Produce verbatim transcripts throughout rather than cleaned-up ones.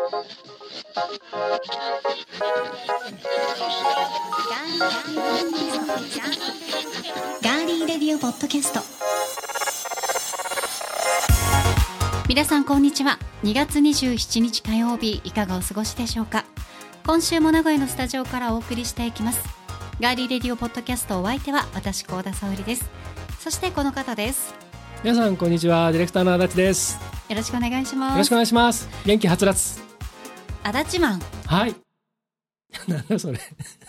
ガーリーレディオポッドキャスト。皆さんこんにちは。にがつにじゅうしちにち火曜日、いかがお過ごしでしょうか。今週も名古屋のスタジオからお送りしていきます。ガーリーレディオポッドキャスト、お相手は私幸田沙織です。そしてこの方です。 皆さんこんにちは。ディレクターの足立です。 よろしくお願いします。 よろしくお願いします。元気はつらつ足立マン。 はい。なんだそれ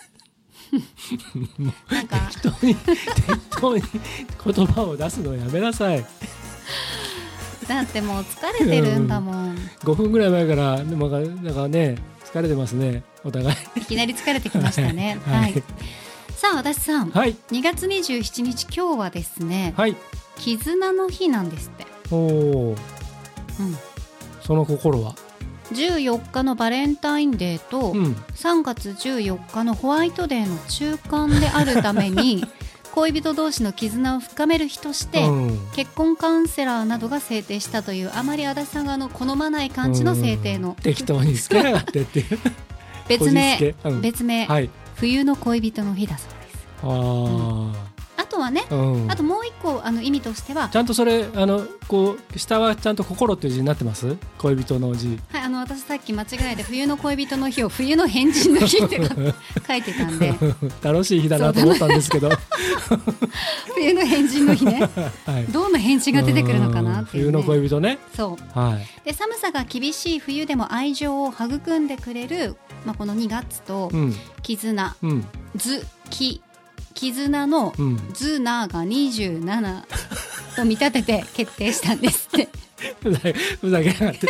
なんか適当に適当に言葉を出すのやめなさい。 だってもう疲れてるんだもん、うん、 ごふんぐらい前からなんかね、疲れてますね、お互い。いきなり疲れてきましたね。はい、はい、さあ足立さん、 はい、 にがつにじゅうしちにち今日はですね、はい、絆の日なんですって。 おー、うん、その心はじゅうよっかのバレンタインデーと、うん、さんがつじゅうよっかのホワイトデーの中間であるために恋人同士の絆を深める日として、うん、結婚カウンセラーなどが制定したという、あまり足立さんがあの好まない感じの制定の、 うん、適当につけやがってっていう別名、 うん、 別名、はい、冬の恋人の日だそうです。 あー、 うんあとはね、うん、あともう一個あの意味としては、 ちゃんとそれあのこう下はちゃんと心っていう字になってます？恋人の字。 はい、あの私さっき間違えて冬の恋人の日を冬の変人の日って書いてたんで楽しい日だなと思ったんですけど冬の変人の日ね、はい、どんな変人が出てくるのかなっていう、ね、 冬の恋人ね。 そう、はい、で寒さが厳しい冬でも愛情を育んでくれる、まあ、このにがつと、うん、絆、うん、ずき絆のズナがにじゅうななと見立てて決定したんですってふざけやがって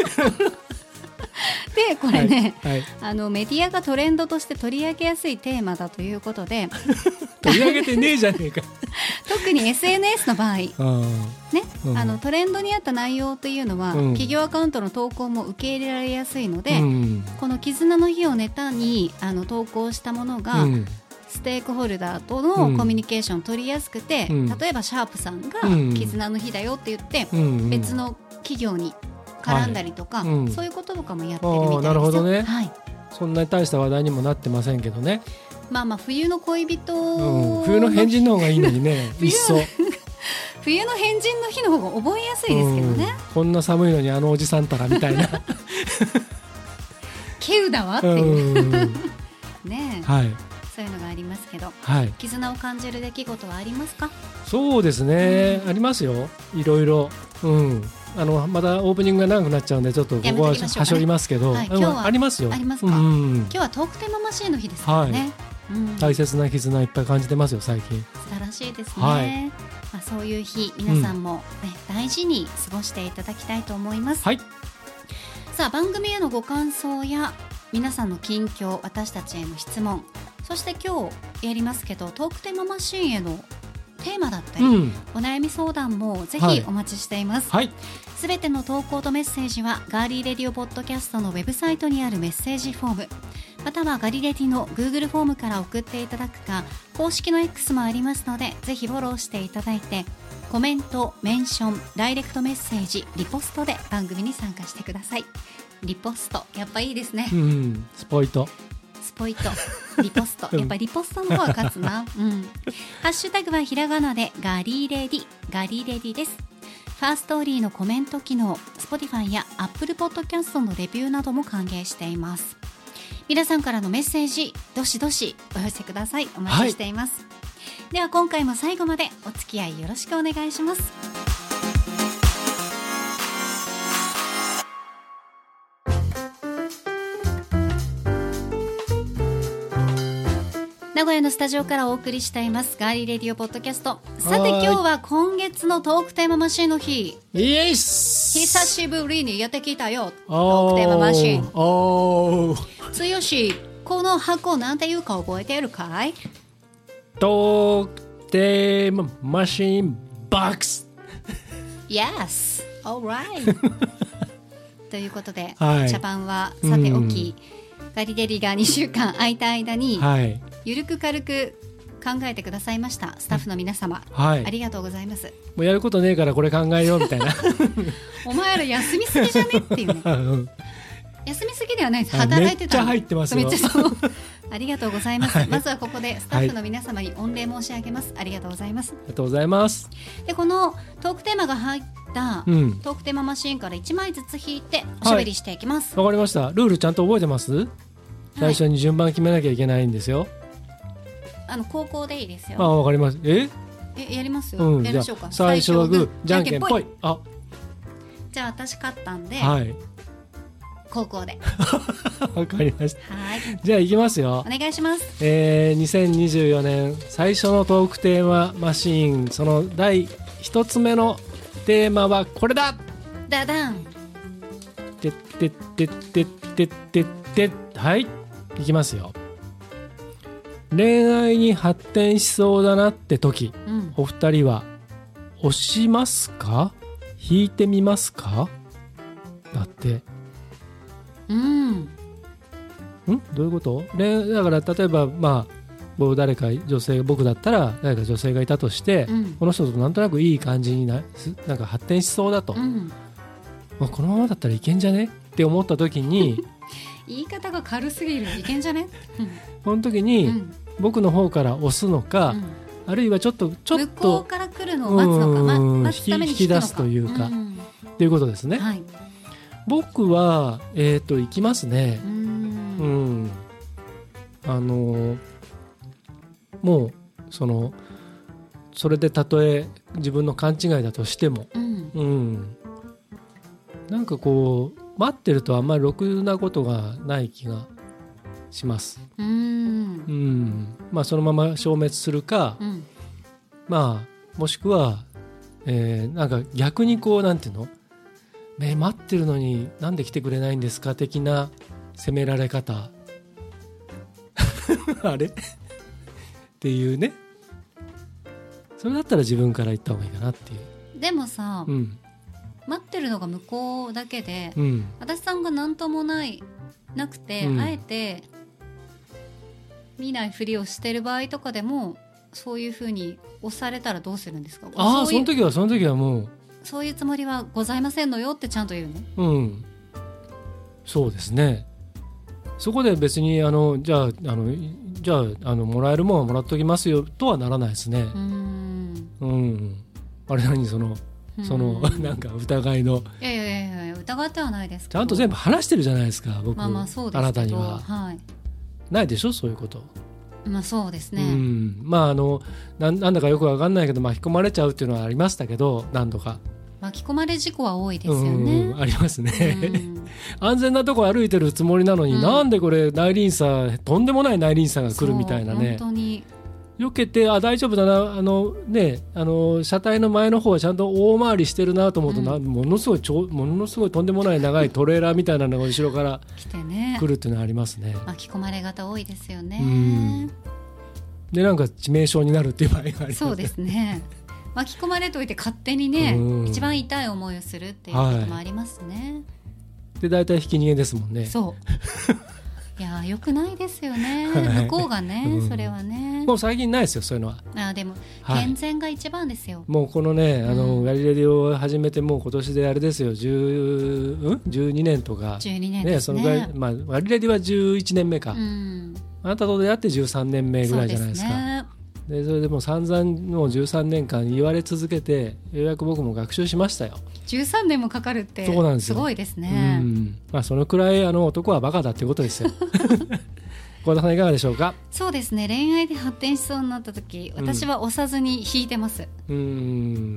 でこれね、はいはい、あのメディアがトレンドとして取り上げやすいテーマだということで取り上げてねえじゃねえか特に エスエヌエス の場合ね、 うん、 あのトレンドにあった内容というのは、うん、企業アカウントの投稿も受け入れられやすいので、うん、この絆の日をネタにあの投稿したものが、うんステークホルダーとのコミュニケーションを取りやすくて、うん、例えばシャープさんが絆の日だよって言って、うん、別の企業に絡んだりとか、はいうん、そういうこととかもやってるみたいですよ。 なるほどね、 はい、 そんなに大した話題にもなってませんけどね。 まあまあ冬の恋人、 うん、冬の変人の方がいいのにねいっそ冬の変人の日の方が覚えやすいですけどね、 うん、こんな寒いのにあのおじさんたらみたいな稀有だわっていうねえ、 はいそういうのがありますけど、 はい、 絆を感じる出来事はありますか？ そうですね、うん、ありますよ、いろいろ、うん、あのまたオープニングが長くなっちゃうんでちょっとここははしょりますけど、はい、今日はありますよ。 ありますか、うん、今日はトークテーママシーンの日ですからね、はいうん、 大切な絆いっぱい感じてますよ最近。 素晴らしいですね、はいまあ、そういう日皆さんも、ねうん、大事に過ごしていただきたいと思います、 はい、 さあ番組へのご感想や皆さんの近況、私たちへの質問、そして今日やりますけどトークテーママシーンへのテーマだったり、うん、お悩み相談もぜひお待ちしています。すべ、はい、ての投稿とメッセージはガーリーレディオポッドキャストのウェブサイトにあるメッセージフォーム、またはガリレディの Google フォームから送っていただくか、公式の X もありますのでぜひフォローしていただいて、コメント、メンション、ダイレクトメッセージ、リポストで番組に参加してください。リポストやっぱいいですね、 うん、スポイトスポイトリポストやっぱリポストの方が勝つな、うん、ハッシュタグはひらがなでガリレディガリレディです。ファーストーリーのコメント機能、 Spotify や Apple Podcast のレビューなども歓迎しています。皆さんからのメッセージどしどしお寄せください。お待ちしています、はい、では今回も最後までお付き合いよろしくお願いします。名古屋のスタジオからお送りしていますガーリーレディオポッドキャスト。さて今日は今月のトークテーママシーンの日、 イエス、 久しぶりにやってきたよ。トークテーママシーン、 おつよし、この箱なんていうか覚えているかい？ トークテーママシーンボックス Yes, alright ということで、はい、茶番はさておき、うん、ガリレディがにしゅうかん空いた間に、はい、ゆるく軽く考えてくださいましたスタッフの皆様、はい、ありがとうございます。 もうやることねえからこれ考えようみたいなお前ら休みすぎじゃねっていうね休みすぎではないです。働いてた。 めっちゃ入ってますよ。 めっちゃそうありがとうございます、はい、まずはここでスタッフの皆様に御礼申し上げます、はい、ありがとうございます。 ありがとうございます。 でこのトークテーマが入ったトークテーママシーンからいちまいずつ引いておしゃべりしていきます。 わ、はい、かりました。ルールちゃんと覚えてます？最初に順番決めなきゃいけないんですよ。 あの高校でいいですよ。 あ、わかります。ええやりますよ、 うん、 やりましょうか。 最初はグーじゃんけんぽい。あ、 じゃあ私勝ったんで、 はい、 高校でわかりました。 はい、 じゃあいきますよ。 お願いします。 えー、にせんにじゅうよねん最初のトークテーママシーン、その第一つ目のテーマはこれだ。 ダダン。 てってってってってってってはい、いきますよ。恋愛に発展しそうだなって時、うん、お二人は押しますか？引いてみますか？だって。 うん。 ん？どういうこと？だから例えばまあ誰か女性、僕だったら誰か女性がいたとして、うん、この人となんとなくいい感じにななんか発展しそうだと、うん、このままだったらいけんじゃねって思った時に言い方が軽すぎる。いけんじゃねこの時に、うん、僕の方から押すのか、うん、あるいはちょっとちょっと向こうから来るのを待つのか、ま、待つために引き出すというか、うん、っていうことですね、 はい、 僕は、えー、と行きますね。 うん、 うん、あのもうそのそれでたとえ自分の勘違いだとしても、 うんうん、なんかこう待ってるとあんまりろくなことがない気がします。 うん、うん、 まあ、そのまま消滅するか、 うん、 まあ、もしくは、えー、なんか逆にこうなんていうの、ね、待ってるのになんで来てくれないんですか的な責められ方あれっていうね。それだったら自分から言った方がいいかなっていう。 でもさ、 うん、 待ってるのが向こうだけで、 うん、 私さんが何ともないなくて、うん、あえて見ないふりをしてる場合とかでもそういうふうに押されたらどうするんですか？ ああ、その時はその時はもうそういうつもりはございませんのよってちゃんと言うね。 うん、そうですね。そこで別にあのじゃあ、あのじゃあ、あのもらえるものはもらっときますよとはならないですね。 うーん、 うん、あれ何そのそのなんか疑いの、 いやいやいやいや疑ってはないですけど、 ちゃんと全部話してるじゃないですか僕、 まあまあそうですけど、 あなたには、 はい、 ないでしょそういうこと。 まあそうですね、 うん、まああの な, なんだかよく分かんないけど巻き込まれちゃうっていうのはありましたけど、何度か巻き込まれ事故は多いですよね。 うん、ありますね、うん、安全なとこ歩いてるつもりなのに、うん、なんでこれ内輪差、とんでもない内輪差が来るみたいなね。 本当に避けて、あ大丈夫だな、あの、ね、あの車体の前の方はちゃんと大回りしてるなと思うと、うん、なものすごいちょものすごいとんでもない長いトレーラーみたいなのが後ろから来てね、 来るっていうのはありますね。 巻き込まれ方多いですよね。 うん、でなんか致命傷になるっていう場合がありますね。 そうですね。巻き込まれといて勝手にね、うん、一番痛い思いをするっていうこともありますね、はい、 で大体ひき逃げですもんね。 そういやよくないですよね、はい、向こうがね、うん、それはねもう最近ないですよそういうのは。 あでも、はい、健全が一番ですよ。 もうこのねあの、うん、ガリレディを始めてもう今年であれですよじゅう、うん、じゅうにねんとかじゅうにねんですね。 ねそのガリ、まあ、ガリレディはじゅういちねんめか、うん、あなたと出会ってじゅうさんねんめぐらいじゃないですか。そうですね。でそれでもう散々もうじゅうさんねんかん言われ続けてようやく僕も学習しましたよ。 じゅうさんねんもかかるってそうなんですよ。 すごいですね。 うん、まあ、そのくらいあの男はバカだっていうことですよ小田さんいかがでしょうか。 そうですね、恋愛で発展しそうになった時私は押さずに引いてます、 うん、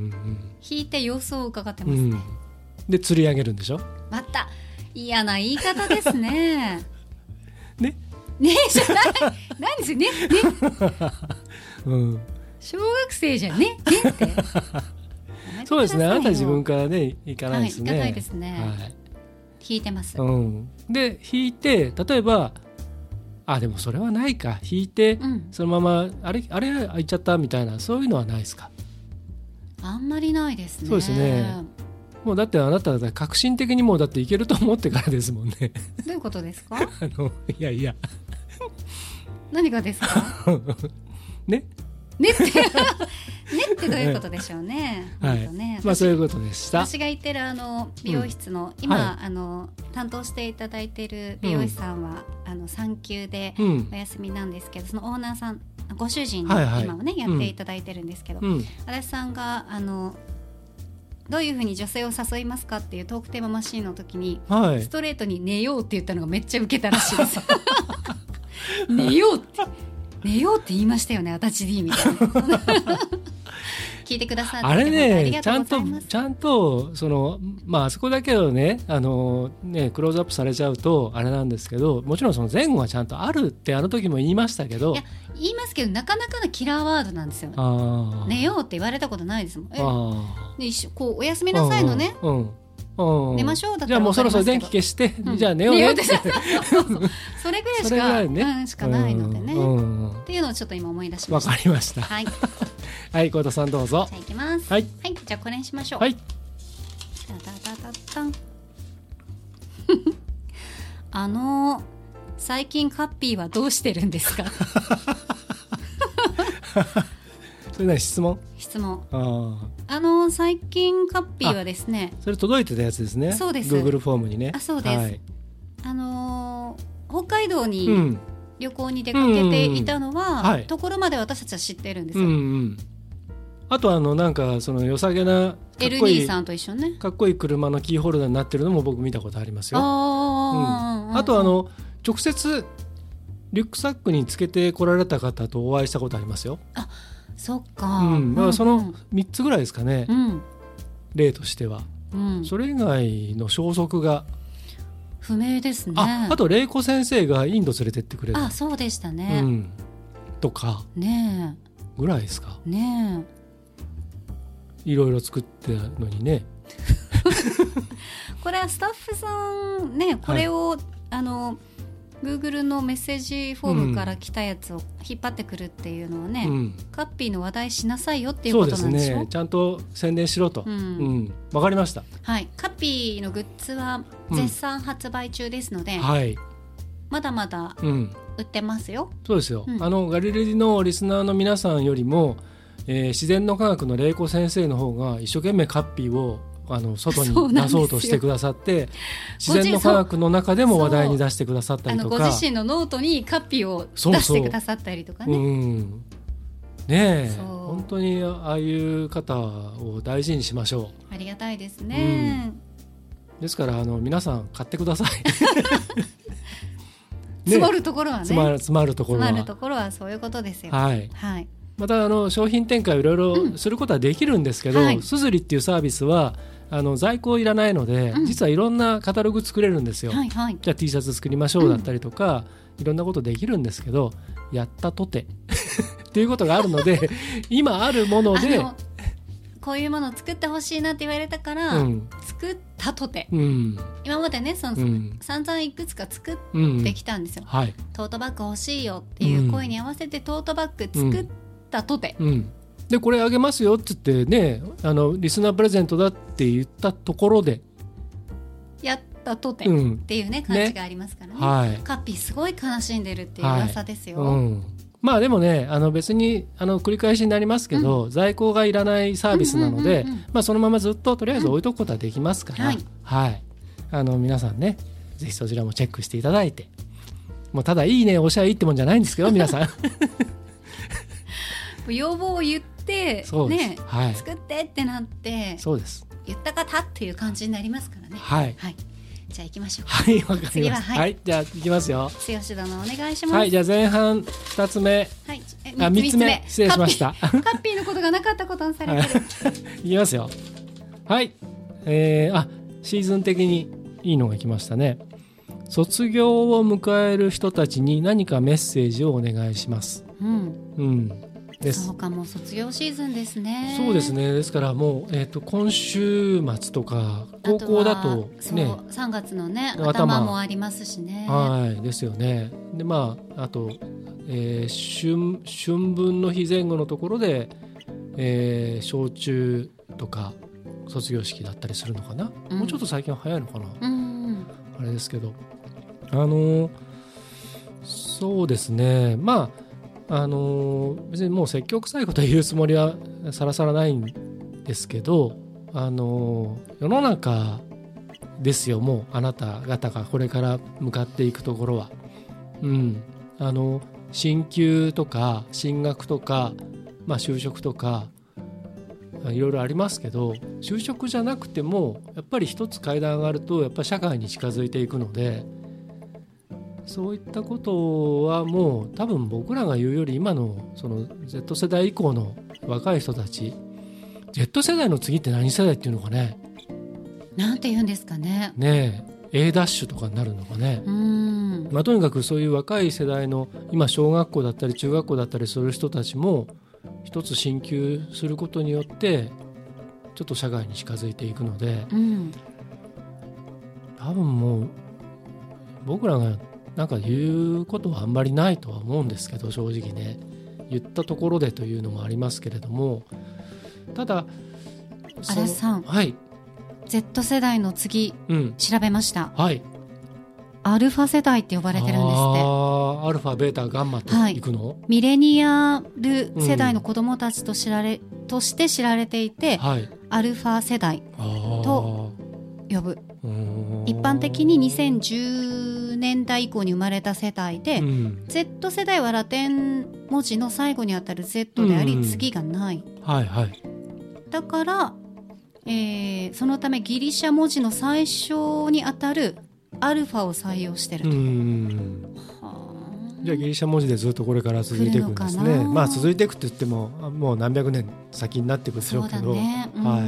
引いて様子を伺ってますね、うん、 で釣り上げるんでしょ。 また嫌な言い方ですねねねえじゃない何ですよねねうん、 小学生じゃねねってそうですね。あなた自分からねいかないですね。 はい、いかないですね、はい、引いてます、 うん、で引いて例えばあでもそれはないか引いて、うん、そのままあれあれ開いちゃったみたいなそういうのはないですか。あんまりないですね。 そうですね。もうだってあなた革新的にもうだっていけると思ってからですもんね。 どういうことですか。 あのいやいや何がですかねねねってねってどういうことでしょうね。 はい、ね、まあそういうことでした。 私が行ってるあの美容室の、うん、今、はい、あの担当していただいている美容師さんは、うん、あの産休でお休みなんですけど、そのオーナーさんご主人に今はね、はいはい、やっていただいてるんですけど、うん、足立さんがあのどういうふうに女性を誘いますかっていうトークテーママシーンの時に、はい、ストレートに寝ようって言ったのがめっちゃウケたらしいです寝ようって寝ようって言いましたよね、足立 D みたいな聞いてくださってあれね、ちゃんとちゃんとそのまああそこだけをね、あのねクローズアップされちゃうとあれなんですけど、もちろんその前後はちゃんとあるってあの時も言いましたけど、いや言いますけどなかなかのキラーワードなんですよ。あ寝ようって言われたことないですもん。えあで一緒こうおやすみなさいのね、うんうんうん、寝ましょうだったら分かりますけど、じゃあもうそろそろ電気消して、うん、じゃあ寝ようねってそれぐらいしか、ねうん、しかないのでね、うん、っていうのをちょっと今思い出しました。 わかりました。 はいはい、幸田さんどうぞ。 じゃあいきます。 はい、 はい、じゃあこれにしましょう。 はい。 タタタタタンあのー、最近カッピーはどうしてるんですかそれ何質問？ 質問。ああのー、最近カッピーはですね、 それ届いてたやつですね。 そうです。 Google フォームにね。 あ、そうです、はい、あのー、北海道に、うん旅行に出かけていたのは、うんうんはい、ところまで私たちは知ってるんですよ、うんうん、 あとあのなんかその良さげなかっこいいエルにじゅうさん と一緒ね、 かっこいい車のキーホルダーになってるのも僕見たことありますよ。 あ,、うん、あとあの直接リュックサックにつけて来られた方とお会いしたことありますよ。 あ、そっか、 うん、だからそのみっつぐらいですかね、うん、例としては、うん、それ以外の消息が不明ですね。 あ, あと玲子先生がインド連れてってくれる。 あ、そうでしたね、うん、 とかねぐらいですかね。 いろいろ作ってたのにねこれはスタッフさんね、これを、はい、あのGoogle のメッセージフォームから来たやつを引っ張ってくるっていうのはね、うん、カッピーの話題しなさいよっていうことなんでしょ。そうですね、 ちゃんと宣伝しろと、うんうん、分かりました。 はい、カッピーのグッズは絶賛発売中ですので、うんはい、 まだまだ売ってますよ、 うん、そうですよ、うん、あのガリレディのリスナーの皆さんよりも、えー、自然の科学の玲子先生の方が一生懸命カッピーをあの外に出そうとしてくださって自然の科学の中でも話題に出してくださったりとか、 あのご自身のノートにカッピーを出してくださったりとかね。 そうそう、うん、ねえ本当にああいう方を大事にしましょう。 ありがたいですね、 うん、ですからあの皆さん買ってください詰まるところはね、 詰まる、詰まるところは詰まるところはそういうことですよ。 はい、 はい、 またあの商品展開をいろいろすることはできるんですけど、うんはい、スズリっていうサービスはあの在庫いらないので、うん、実はいろんなカタログ作れるんですよ、はいはい、じゃあ T シャツ作りましょうだったりとか、うん、いろんなことできるんですけど、やったとてっていうことがあるので今あるものでこういうものを作ってほしいなって言われたから、うん、作ったとて、うん、今までねその、うん、散々いくつか作ってきたんですよ、うんはい、トートバッグ欲しいよっていう声に合わせてトートバッグ作ったとて、 うんうんでこれあげますよって言ってね、あのリスナープレゼントだって言ったところでやったとてっていうね、うん、感じがありますからね、ねはい、カッピーすごい悲しんでるっていう噂ですよ、はいうん、 まあでもねあの別にあの繰り返しになりますけど、うん、在庫がいらないサービスなので、うんうんうんうんまあ、そのままずっととりあえず置いとくことはできますから、うんはいはい、あの皆さんねぜひそちらもチェックしていただいて、もうただいいね押しゃいいってもんじゃないんですけど皆さん要望を言ってね、はい、作ってってなってそうです言った方っていう感じになりますからね。 はい、 はい、じゃあ行きましょう。 はい、わかりました。 次は、はいはい、じゃあ行きますよ。 剛殿お願いします。 はい、じゃあ前半ふたつめ、はい、あみっつめ失礼しました。 カッピーのことがなかったことにされてる。 いきますよ。はい、えー、あシーズン的にいいのが来ましたね。卒業を迎える人たちに何かメッセージをお願いします。うん。うんですそうかもう卒業シーズンですね。 そうですね。ですからもう、えー、と今週末とか高校だとねとさんがつのね頭もありますしね。 はいですよね。でまああと、えー、春, 春分の日前後のところで、えー、小中とか卒業式だったりするのかな、うん、もうちょっと最近は早いのかな、うん、あれですけどあのそうですねまああのー、別にもう積極臭いことを言うつもりはさらさらないんですけど、あのー、世の中ですよ、もうあなた方がこれから向かっていくところは、うん、あの進級とか進学とか、まあ、就職とかいろいろありますけど、就職じゃなくてもやっぱり一つ階段上がるとやっぱり社会に近づいていくので、そういったことはもう多分僕らが言うより今のその Z 世代以降の若い人たち、 Z 世代の次って何世代っていうのかね、 なんて言うんですかね、 ねえ A ダッシュとかになるのかね。うーん、まあ、とにかくそういう若い世代の今小学校だったり中学校だったりする人たちも一つ進級することによってちょっと社会に近づいていくので、うん、多分もう僕らがなんか言うことはあんまりないとは思うんですけど、正直ね言ったところでというのもありますけれども、ただ足立さん、はい、Z 世代の次、うん、調べました、はい、アルファ世代って呼ばれてるんですって。 あ、アルファベータガンマといくの、はい、 ミレニアル世代の子どもたちと知られ、うん、として知られていて、はい、アルファ世代と呼ぶ。一般的ににせんじゅうねんだい以降に生まれた世代で、うん、Z 世代はラテン文字の最後にあたる Z であり、うん、次がない、はいはい、だから、えー、そのためギリシャ文字の最初にあたるアルファを採用してると。うん、 はあ、じゃあギリシャ文字でずっとこれから続いていくんですね。まあ続いていくって言ってももう何百年先になっていくでしょうけど、そうだね、うん、はい、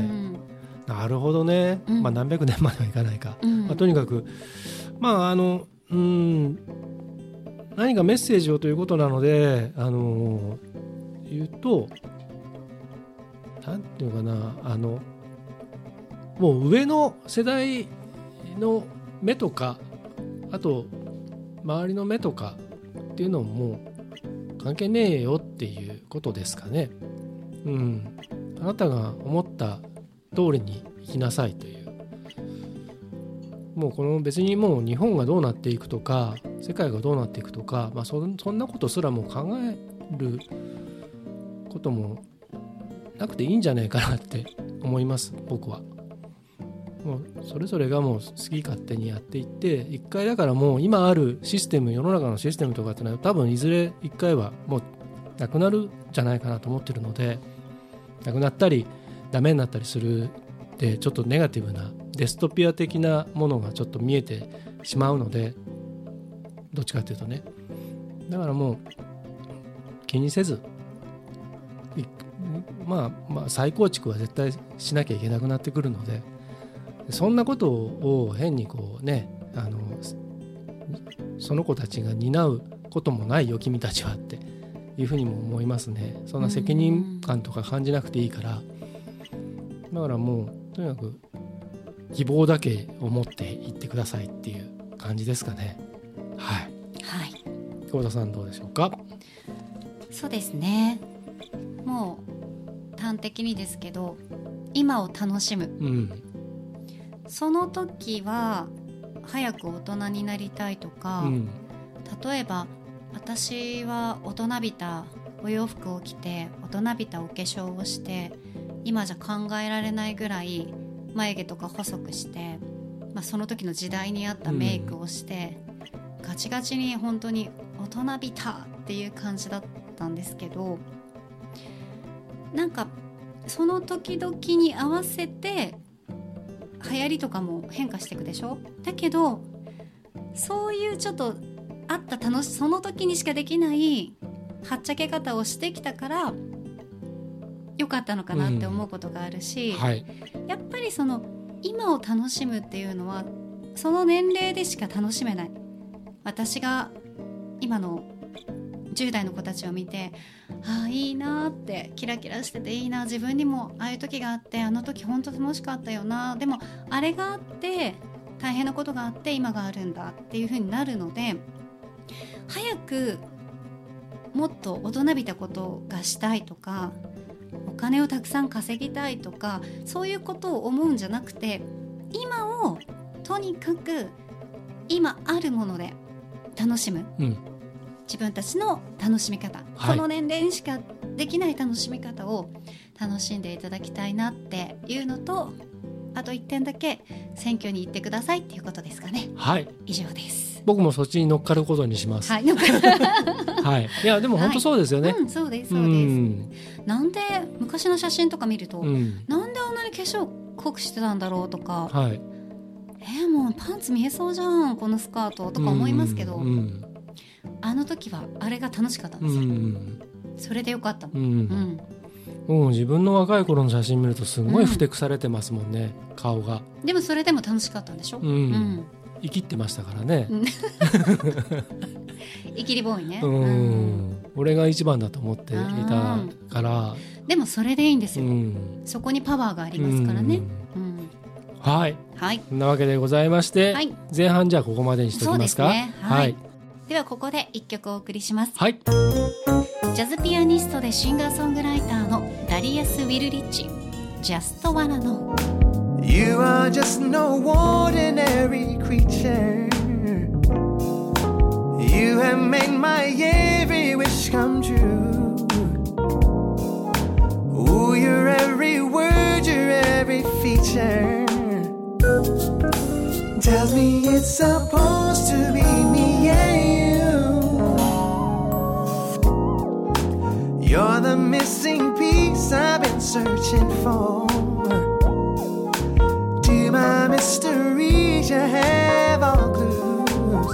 なるほどね、うん、まあ、何百年まではいかないか、うん、まあ、とにかくまああのうん何かメッセージをということなので、あの言うとなんていうかな、あのもう上の世代の目とかあと周りの目とかっていうのももう関係ねえよっていうことですかね。うん、あなたが思った通りに生きなさいという、もうこの別にもう日本がどうなっていくとか世界がどうなっていくとか、まあ、そ, そんなことすらも考えることもなくていいんじゃないかなって思います。僕はもうそれぞれがもう好き勝手にやっていって、一回だからもう今あるシステム、世の中のシステムとかってのは多分いずれ一回はもうなくなるんじゃないかなと思ってるので、なくなったりダメになったりするってちょっとネガティブなデストピア的なものがちょっと見えてしまうので、どっちかっていうとね、だからもう気にせず、まあまあ再構築は絶対しなきゃいけなくなってくるので、そんなことを変にこうね、あのその子たちが担うこともないよ君たちはっていうふうにも思いますね。そんな責任感とか感じなくていいから、だからもうとにかく希望だけを持っていってくださいっていう感じですかね。はい、はい、久保田さんどうでしょうか。 そうですね、もう端的にですけど今を楽しむ、うん、その時は早く大人になりたいとか、うん、例えば私は大人びたお洋服を着て大人びたお化粧をして今じゃ考えられないぐらい眉毛とか細くして、まあ、その時の時代に合ったメイクをして、うん、ガチガチに本当に大人びたっていう感じだったんですけど、なんかその時々に合わせて流行りとかも変化していくでしょ。だけどそういうちょっとあった楽しその時にしかできないはっちゃけ方をしてきたから良かったのかなって思うことがあるし、うんはい、やっぱりその今を楽しむっていうのはその年齢でしか楽しめない。私が今のじゅう代の子たちを見て、ああいいなってキラキラしてていいな、自分にもああいう時があって、あの時本当楽しかったよな、でもあれがあって大変なことがあって今があるんだっていう風になるので、早くもっと大人びたことがしたいとかお金をたくさん稼ぎたいとかそういうことを思うんじゃなくて、今をとにかく今あるもので楽しむ、うん、 自分たちの楽しみ方、はい、この年齢にしかできない楽しみ方を楽しんでいただきたいなっていうのと、あといってんだけ選挙に行ってくださいっていうことですかね。 はい、 以上です。 僕もそっちに乗っかることにします。 はい、乗っかるはい、いやでも本当そうですよね、 はい、うん、そうですそうです、うん、なんで昔の写真とか見ると、うん、なんであんなに化粧濃くしてたんだろうとか、はい、えー、もうパンツ見えそうじゃんこのスカートとか思いますけど、うんうん、あの時はあれが楽しかったんですよ、うん、それでよかったもん、うんうん、もう自分の若い頃の写真見るとすごいふてくされてますもんね、うん、顔が。 でもそれでも楽しかったんでしょ、うんうん、 生きってましたからね生きりボーイね、 うん、うん、俺が一番だと思っていたから。 でもそれでいいんですよ、うん、そこにパワーがありますからね、うんうん、 はい、 はい、 そんなわけでございまして、はい、前半じゃあここまでにしておきますか。 そうですね、はいはい、ではここで一曲お送りします。 はい、 ジャズピアニストでシンガーソングライターのダリアス・ウィルリッチ、 Just Wanna Know。 You are just no ordinary creature. You have made my every wish come true. Oh, your every word, your every feature tells me it's supposed to be me and you. You're the missing piece I've been searching for. To my mysteries, you have all clues.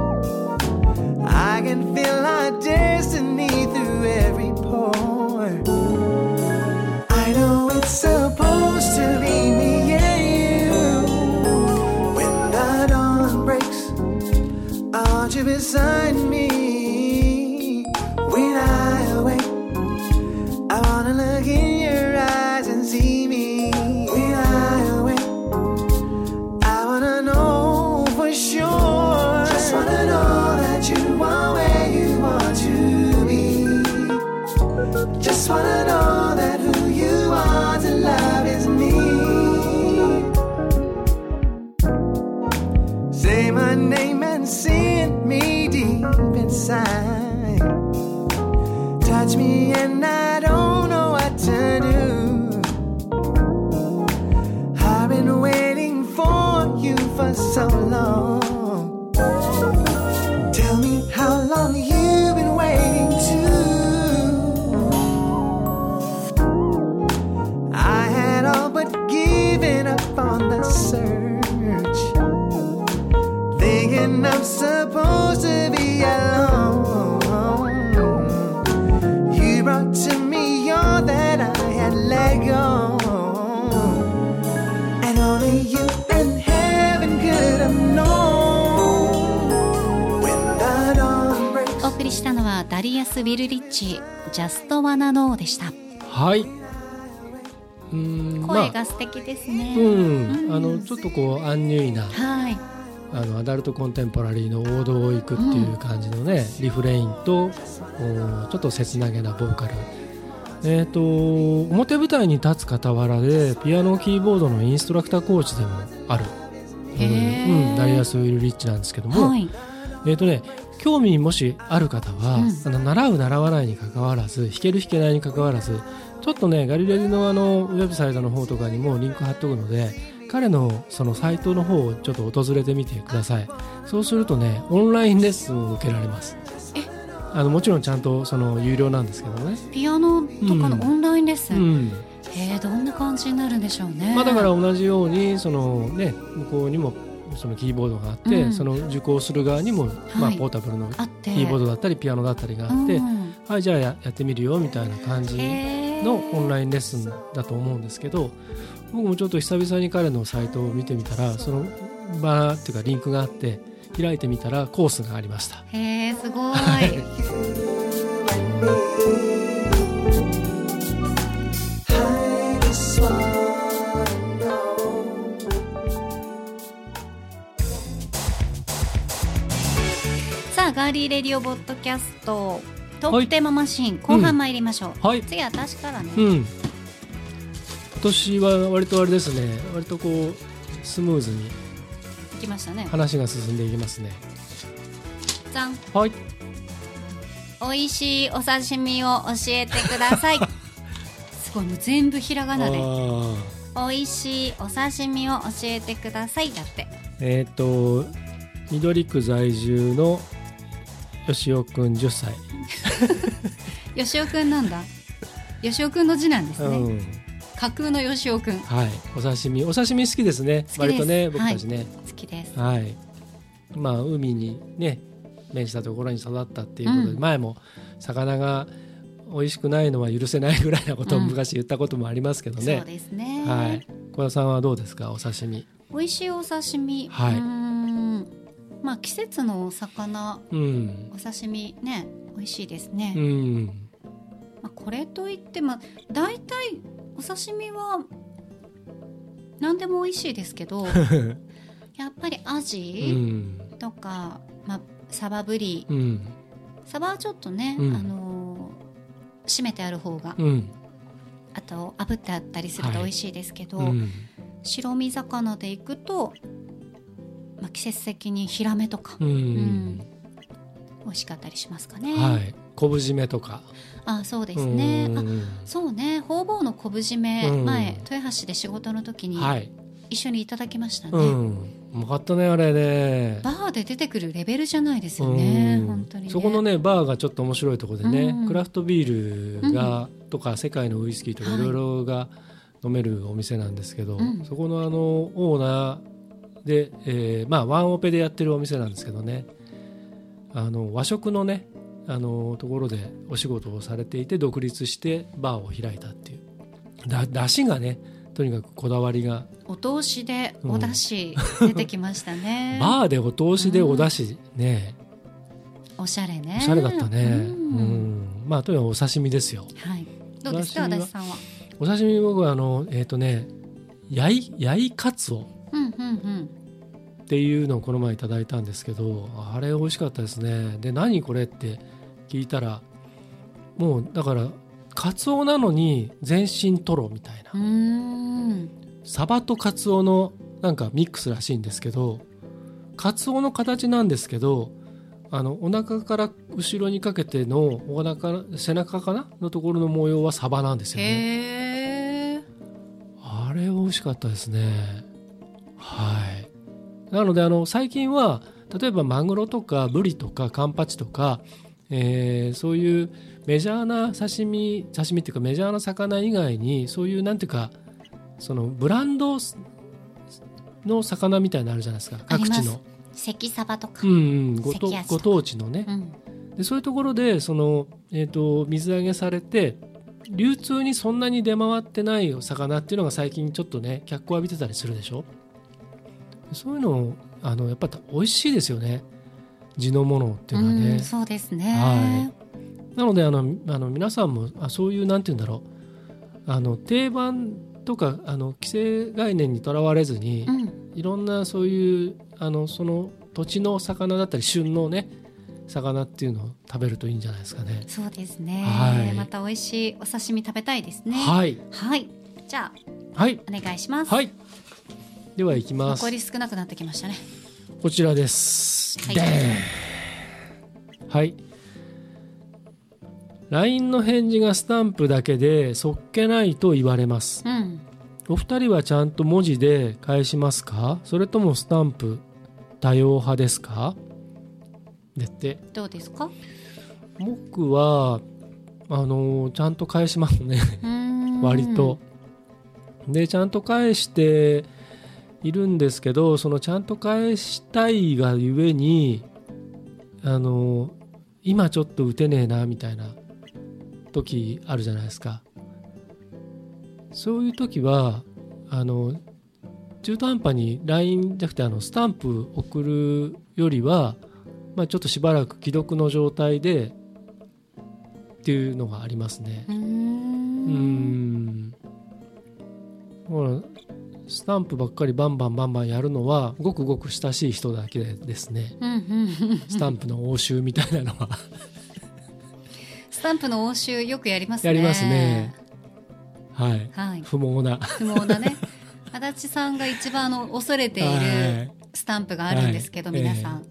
I can feel our destiny through every pore. I know it's supposed to be me and you. When the dawn breaks, I want you beside me. When I awake, I wanna look in your eyes and see me. When I awake, I wanna know for sure. Just wanna know that you are where you want to be. Just wanna know that who you are to love is me. Say my name and send me deep inside. Touch me and I don't know what to do. I've been waiting for you for so long. Tell me how long you've been waiting too. I had all but given up on the search, thinking I'm supposed to be alone. You brought to me all that I had let go, and only you and heaven could have known. When the dawn breaks. お送りしたのはダリアス・ウィルリッチ、 Just Wanna Know でした。 はい、うーん、声が素敵ですね、 まあ、うん、うん、あのちょっとこうアンニュイな、 はい、 あのアダルトコンテンポラリーの王道を行くっていう感じのね、うん、リフレインとちょっと切なげなボーカル、えーと表舞台に立つ傍らでピアノキーボードのインストラクターコーチでもある、 へー、 うん、ダリアス・ウィルリッチなんですけども、 はい、 えーとね、興味もしある方は、うん、あの習う習わないに関わらず、弾ける弾けないに関わらず、ちょっとねガリレディのあのウェブサイトの方とかにもリンク貼っとくので、彼のそのサイトの方をちょっと訪れてみてください。そうするとね、オンラインレッスンを受けられます。 え、 あのもちろんちゃんとその有料なんですけどね、 ピアノとかのオンラインレッスン、うんうん、えー、どんな感じになるんでしょうね。 まあ、だから同じようにその、ね、向こうにもそのキーボードがあって、うん、その受講する側にも、まあ、ポータブルのキーボードだったりピアノだったりがあって、うん、はい、じゃあ や, やってみるよみたいな感じのオンラインレッスンだと思うんですけど、僕もちょっと久々に彼のサイトを見てみたら、そのバーっていうかリンクがあって開いてみたらコースがありました。 へー、すごいさあ、ガーリーレディオボッドキャストトークテーママシーン、後半参りましょう、うん、はい、次は私からね、うん、 今年は割とあれですね、割とこうスムーズにいきましたね。 話が進んでいきますね。 じゃん。 はい。 美味しいお刺身を教えてくださいすごい、もう全部ひらがなで美味しいお刺身を教えてくださいだって。 えっ、ー、と緑区在住のよしおくんじゅっさいよしおくんなんだ、よしおくんの字なんですね、うん、架空のよしおくん。 はい、お刺身お刺身好きですね。割とね、僕たちね、はい、 好きです。 はい、まあ海にね面したところに育ったっていうことで、うん、前も魚が美味しくないのは許せないぐらいなことを昔言ったこともありますけどね、 うん、そうですね、 はい、小田さんはどうですか、お刺身。 美味しいお刺身、 はい、 うーん、まあ季節のお魚、うん、お刺身ね美味しいですね、うん、まあ、これといっても大体お刺身は何でも美味しいですけどやっぱりアジとか、うん、まあ、サバブリ、うん、サバはちょっとね、うん、あのー、締めてある方が、うん、あと炙ってあったりすると美味しいですけど、はい、うん、白身魚でいくと、まあ、季節的にヒラメとか、うんうん、美味しかったりしますかね、 はい、昆布締めとか。 あ、そうですね、あ、そうね、方々の昆布締め、うん、前豊橋で仕事の時に一緒にいただきましたね、はい、うん、 うまかったねあれね。 バーで出てくるレベルじゃないですよね、うん、本当にね。 そこのねバーがちょっと面白いところでね、うん、クラフトビールが、うん、とか世界のウイスキーとかいろいろが飲めるお店なんですけど、はい、そこのあのオーナーで、えーまあ、ワンオペでやってるお店なんですけどね、あの和食のねあのところでお仕事をされていて独立してバーを開いたっていう。だ出汁がねとにかくこだわりが、 お通しでお出汁出てきましたね、 うん、バーでお通しでお出汁ね、 うん、おしゃれね、 おしゃれだったね、うんうん、まあとにかくお刺身ですよ、 はい、どうですか、足立さんは。 お刺身僕はあのえっ、ー、とねやいやいカツオっていうのをこの前いただいたんですけど、あれ美味しかったですね。で何これって聞いたら、もうだからカツオなのに全身トロみたいな、うーん、サバとカツオのなんかミックスらしいんですけど、カツオの形なんですけど、あのお腹から後ろにかけてのお腹背中かなのところの模様はサバなんですよね。へー、あれ美味しかったですね。はい。なのであの最近は例えばマグロとかブリとかカンパチとか、えー、そういうメジャーな刺身刺身っていうかメジャーな魚以外に、そういうなんていうかそのブランドの魚みたいなのあるじゃないですか、各地の関サバとか、 うんうん、ご, とご当地のね、うん、でそういうところでその、えーと、水揚げされて流通にそんなに出回ってないお魚っていうのが最近ちょっとね脚光浴びてたりするでしょ。そういうのあのやっぱり美味しいですよね、地のものっていうのはね、うん、 そうですね、 はい、なのであのあの皆さんもあそういうなんていうんだろう、あの定番とかあの既成概念にとらわれずに、うん、いろんなそういうあのその土地の魚だったり旬のね魚っていうのを食べるといいんじゃないですかね。 そうですね、 はい、 また美味しいお刺身食べたいですね。 はい、はい、 じゃあ、 はい、 お願いします。 はい、では行きます。 残り少なくなってきましたね。 こちらです。はい、はい、ライン の返事がスタンプだけでそっけないと言われます、うん、お二人はちゃんと文字で返しますか、それともスタンプ多様派ですか。でってどうですか。 僕はあのちゃんと返しますね割とでちゃんと返しているんですけど、そのちゃんと返したいがゆえにあの今ちょっと打てねえなみたいな時あるじゃないですか。そういう時はあの中途半端に ライン じゃなくてあのスタンプ送るよりは、まあ、ちょっとしばらく既読の状態でっていうのがありますね。うーん、うーん、ほらスタンプばっかりバンバンバンバンやるのはごくごく親しい人だけですね、うんうん、スタンプの応酬みたいなのはスタンプの応酬よくやりますね。 やりますね、はい、はい、不毛な不毛なね足立さんが一番あの恐れているスタンプがあるんですけど、はい、皆さん、えー、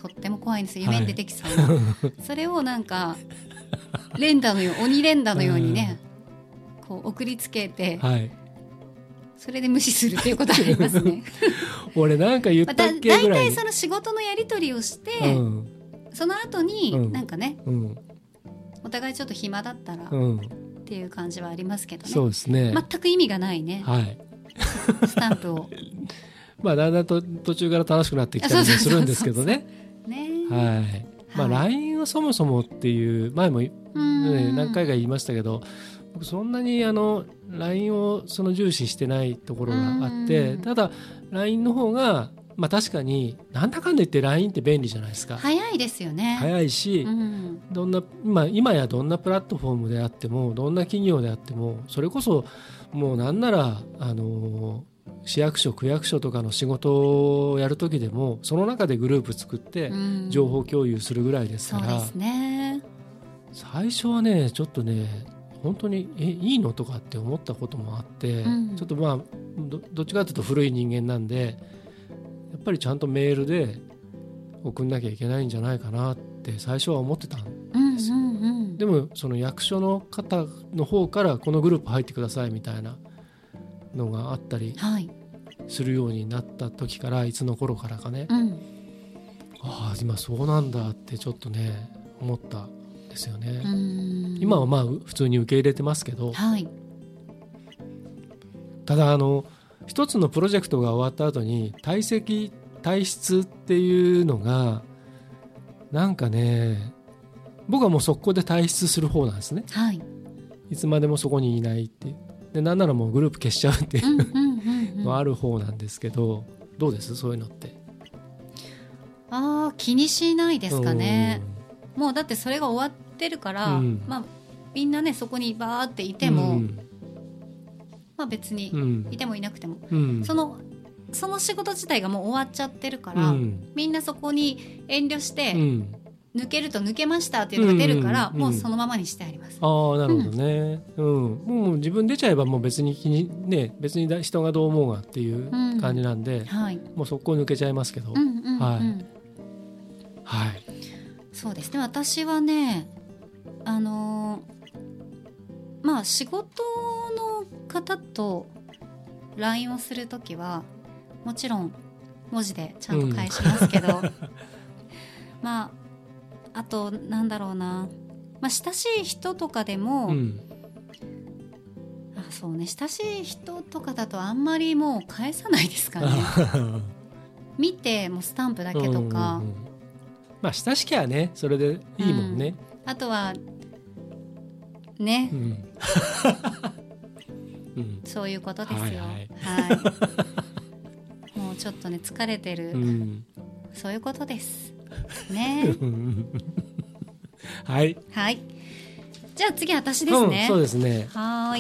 とっても怖いんですよ。夢に出てきそうな、はい、それをなんか連打のよう鬼連打のようにね、こう送りつけて、はい、それで無視するっていうことありますね俺なんか言ったっけぐらいに、 だいたいその仕事のやり取りをして、うん、その後になんかね、うん、お互いちょっと暇だったら、うん、っていう感じはありますけどね。 そうですね、 全く意味がないね、はい、スタンプをまあだんだんと途中から楽しくなってきたりもするんですけどね。はい。まあ ライン はそもそもっていう前も、ね、何回か言いましたけど、僕そんなにあの ライン をその重視してないところがあって、ただ ライン の方がまあ確かになんだかんだ言って ライン って便利じゃないですか。 早いですよね。 早いし、うん、どんなまあ今やどんなプラットフォームであってもどんな企業であってもそれこそもうなんならあのー市役所区役所とかの仕事をやるときでもその中でグループ作って情報共有するぐらいですから、うん、そうですね、最初はねちょっとね本当にえいいのとかって思ったこともあって、うん、ちょっとまあ ど, どっちかというと古い人間なんでやっぱりちゃんとメールで送んなきゃいけないんじゃないかなって最初は思ってたんですよ、うんうんうん、でもその役所の方の方からこのグループ入ってくださいみたいなのがあったりするようになった時から、はい、いつの頃からかね、うん、ああ今そうなんだってちょっとね思ったんですよね。今はまあ普通に受け入れてますけど、はい、ただあの一つのプロジェクトが終わった後に退席退出っていうのがなんかね僕はもう速攻で退出する方なんですね、はい、いつまでもそこにいないってでなんならもうグループ消しちゃうっていうのある方なんですけど、どうですそういうのって。 あ気にしないですかね。もうだってそれが終わってるから、うんまあ、みんなねそこにバーっていても、うんまあ、別にいてもいなくても、うん、そのその仕事自体がもう終わっちゃってるから、うん、みんなそこに遠慮して、うん抜けると抜けましたっていうのが出るから、うんうんうん、もうそのままにしてあります。 ああなるほどね、うんうん、もう自分出ちゃえばもう別に気に、ね、別に人がどう思うがっていう感じなんで、うんはい、もうそこ抜けちゃいますけど、うんうんうんはいはい、 そうですね。私はねあのー、まあ仕事の方と ライン をするときはもちろん文字でちゃんと返しますけど、うん、まああとなんだろうな、まあ、親しい人とかでも、うん、あそうね親しい人とかだとあんまりもう返さないですかね見てもうスタンプだけとか、うんうんうん、 まあ親しきゃねそれでいいもんね、 うん、あとはね、うんうん、そういうことですよ、はいはいはい、もうちょっとね疲れてる、うん、そういうことですねはい、 はい、じゃあ次私ですね、 うん、そうですねはい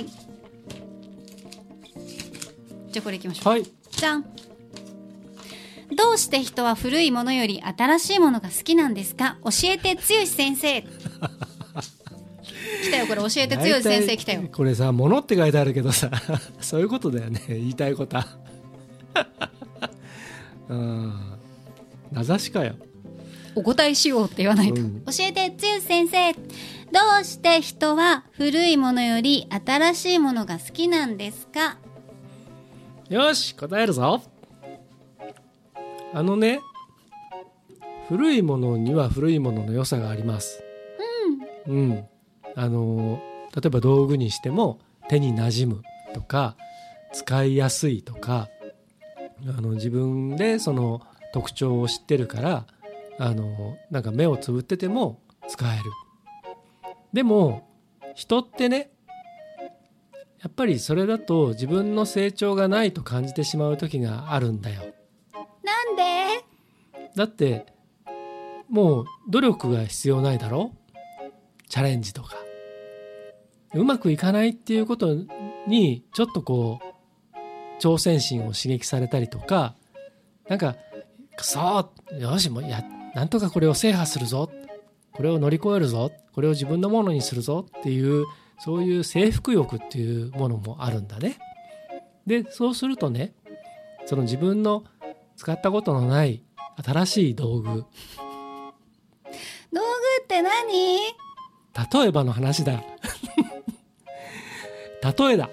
じゃあこれいきましょう、 はい、 じゃんどうして人は古いものより新しいものが好きなんですか教えて剛先生来たよこれ教えて剛先生来たよこれさ物って書いてあるけどさそういうことだよね言いたいことはうん名指しかよお答えしようって言わないと、うん、教えて剛先生どうして人は古いものより新しいものが好きなんですか。 よし答えるぞ。あのね古いものには古いものの良さがあります。うん、うん、あの例えば道具にしても手に馴染むとか使いやすいとかあの自分でその特徴を知ってるからあのなんか目をつぶってても使える。でも人ってねやっぱりそれだと自分の成長がないと感じてしまう時があるんだよ。 なんで？ だってもう努力が必要ないだろ。チャレンジとかうまくいかないっていうことにちょっとこう挑戦心を刺激されたりとかなんかくそよしもうやなんとかこれを制覇するぞこれを乗り越えるぞこれを自分のものにするぞっていうそういう征服欲っていうものもあるんだね。でそうするとねその自分の使ったことのない新しい道具って何？ 例えばの話だ例えだ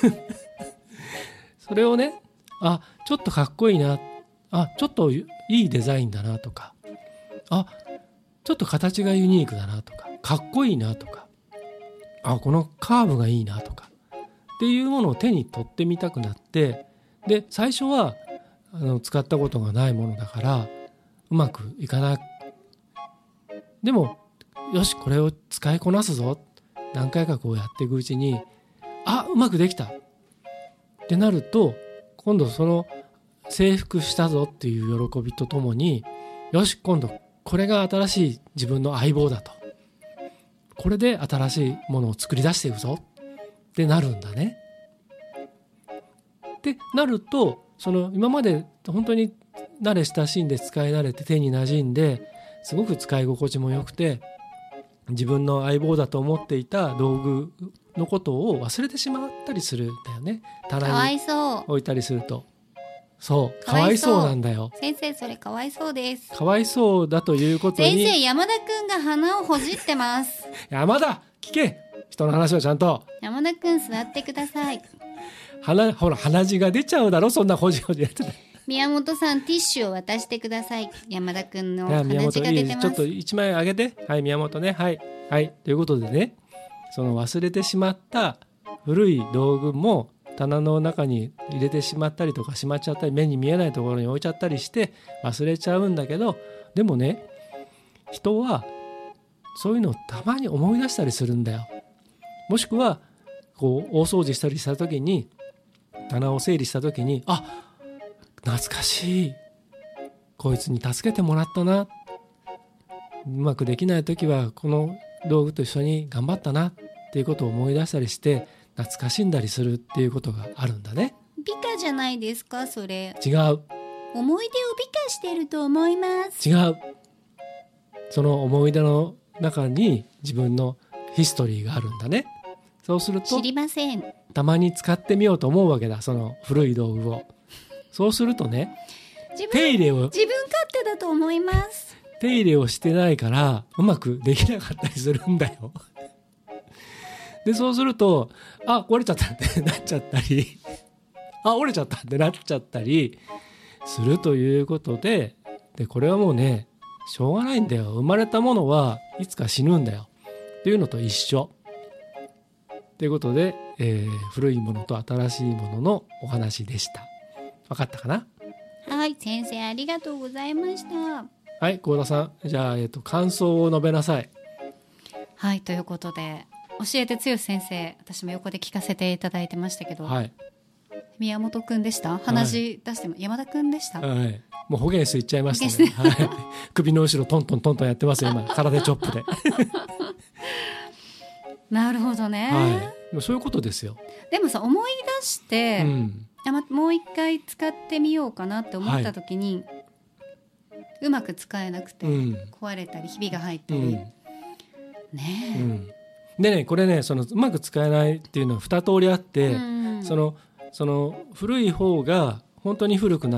それをね、あ、ちょっとかっこいいな、あ、ちょっといいデザインだなとか、あ、ちょっと形がユニークだなとか、かっこいいなとか、あ、このカーブがいいなとかっていうものを手に取ってみたくなって、で最初はあの使ったことがないものだからうまくいかない。でもよし、これを使いこなすぞ、何回かこうやっていくうちに、あ、うまくできたってなると、今度その征服したぞっていう喜びとともに、よし、今度これが新しい自分の相棒だと、これで新しいものを作り出していくぞってなるんだね。ってなると、その今まで本当に慣れ親しんで使い慣れて手に馴染んですごく使い心地も良くて、自分の相棒だと思っていた道具のことを忘れてしまったりするんだよね。棚に置いたりすると。そうかわいそうなんだよ。 先生、それかわいそうです。 かわいそうだということに。 先生、山田くんが鼻をほじってます山田、聞け、人の話をちゃんと。 山田くん、座ってください。 鼻、ほら鼻血が出ちゃうだろ、そんなほじほじやってた。 宮本さん、ティッシュを渡してください。山田くんの鼻血が出てます。 ちょっと一枚あげて。はい、宮本ね。はいはいということでね、その忘れてしまった古い道具も棚の中に入れてしまったりとか、しまっちゃったり、目に見えないところに置いちゃったりして忘れちゃうんだけど、でもね、人はそういうのをたまに思い出したりするんだよ。もしくはこう大掃除したりした時に、棚を整理した時に、あ、懐かしい、こいつに助けてもらったな、うまくできない時はこの道具と一緒に頑張ったなっていうことを思い出したりして、懐かしんだりするっていうことがあるんだね。 美化じゃないですか、それ。 違う。 思い出を美化してると思います。 違う。その思い出の中に自分のヒストリーがあるんだね。そうすると知りません。 たまに使ってみようと思うわけだ、その古い道具を。そうするとね、手入れを自分勝手だと思います。 手入れをしてないからうまくできなかったりするんだよ。でそうすると、あ、折れちゃったってなっちゃったりあ、折れちゃったってなっちゃったりするということで、でこれはもうね、しょうがないんだよ。生まれたものはいつか死ぬんだよっていうのと一緒ということで、えー、古いものと新しいもののお話でした。分かったかな？ はい、先生、ありがとうございました。 はい、幸田さん、じゃあ、えーと、感想を述べなさい。 はい、ということで、教えて剛先生、私も横で聞かせていただいてましたけど、はい、宮本くんでした？話出しても、はい、山田くんでした？ はい、もう保健室行っちゃいましたね。はい、首の後ろトントントントンやってますよ今、空手チョップで。 なるほどね、 はい、そういうことですよ。 でもさ、思い出して、うん、もう一回使ってみようかなって思った時に、はい、うまく使えなくて、うん、壊れたりひびが入ったり、うん、ねえ、うん、 でね、これね、そのうまく使えないっていうのはに通りあって、うん、そのその古い方が本当に古くなって、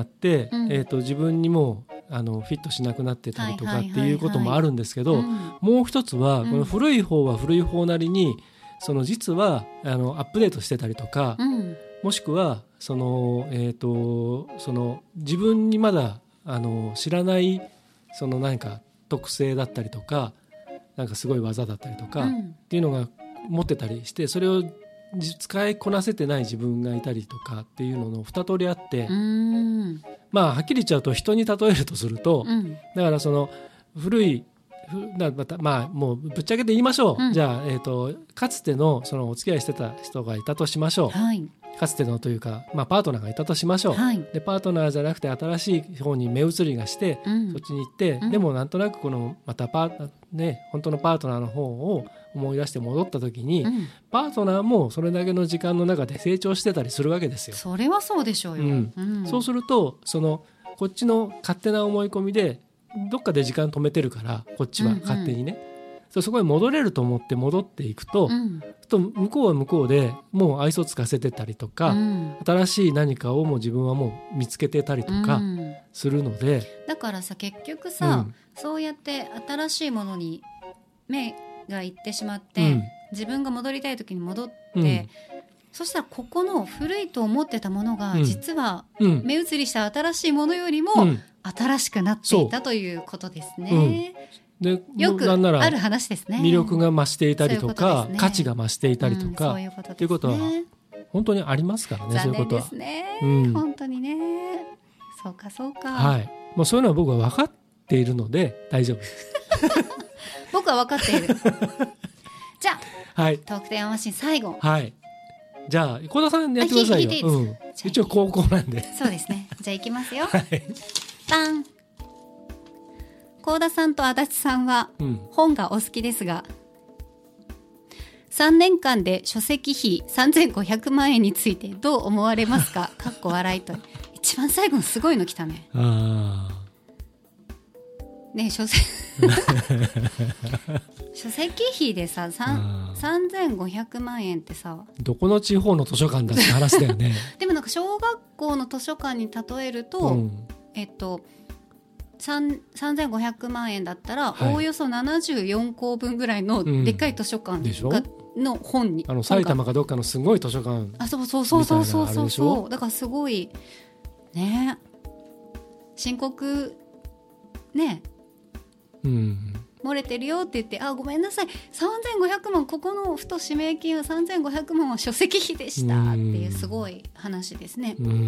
うん、えーと、自分にもあのフィットしなくなってたりとかっていうこともあるんですけど、もう一つはこの古い方は古い方なりに、その実はあのアップデートしてたりとか、うん、もしくはその、えーと、その自分にまだあの知らないその何か特性だったりとか、なんかすごい技だったりとか、うん、っていうのが持ってたりして、それを使いこなせてない自分がいたりとかっていうののに通りあって、うーん、まあはっきり言っちゃうと、人に例えるとすると、うん、だからその古いまた、まあもうぶっちゃけて言いましょう、うん、じゃあ、えーと、かつてのそのお付き合いしてた人がいたとしましょう、はい、かつてのというか、まあ、パートナーがいたとしましょう、はい、でパートナーじゃなくて新しい方に目移りがして、うん、そっちに行って、うん、でもなんとなくこのまたパー、ね、本当のパートナーの方を思い出して戻った時に、うん、パートナーもそれだけの時間の中で成長してたりするわけですよ。それはそうでしょうよ、 うんうん、そうするとそのこっちの勝手な思い込みでどっかで時間止めてるから、こっちは勝手にね、うんうん、そこに戻れると思って戻っていくと、うん、と向こうは向こうでもう愛想つかせてたりとか、うん、新しい何かをもう自分はもう見つけてたりとかするので、 うん、だからさ、結局さ、うん、そうやって新しいものに目が行ってしまって、うん、自分が戻りたい時に戻って、うん、そしたらここの古いと思ってたものが、うん、実は目移りした新しいものよりも新しくなっていたということですね、うん、でよくある話ですね。 魅力が増していたりとか、ううとね、価値が増していたりとか、うん、そういうことですね、ということは本当にありますからね。 残念ですね、そういうことは、うん、本当にね。そうかそうか、 はい、もうそういうのは僕は分かっているので大丈夫です僕は分かっているじゃあ、 はい、 トークテーママシン最後、 はい、じゃあ幸田さんやってくださいよ。いいうん、一応高校なんで。 そうですね。じゃあいきますよ、 はい、 バン。幸田さんと足立さんは本がお好きですが、うん、さんねんかんで書籍費さんぜんごひゃくまんえんについてどう思われますかかっこ笑いと。一番最後のすごいの来たね。 あねえ書籍書籍費でささんぜんごひゃくまんえんってさ、 どこの地方の図書館だって話だよねでもなんか小学校の図書館に例えると、うん、えっとさんぜんごひゃくまんえんだったら、はい、おおよそななじゅうよんこうぶんぐらいのでっかい図書館が、うん、の本にあの埼玉かどっかのすごい図書館、 あ、そうそうそうそうそうそうそう、だからすごいね、深刻ね、 うん、 漏れてるよって言って、あ、ごめんなさい、さんぜんごひゃくまん、ここのふと指名金はさんぜんごひゃくまんは書籍費でしたっていうすごい話ですね。 うん、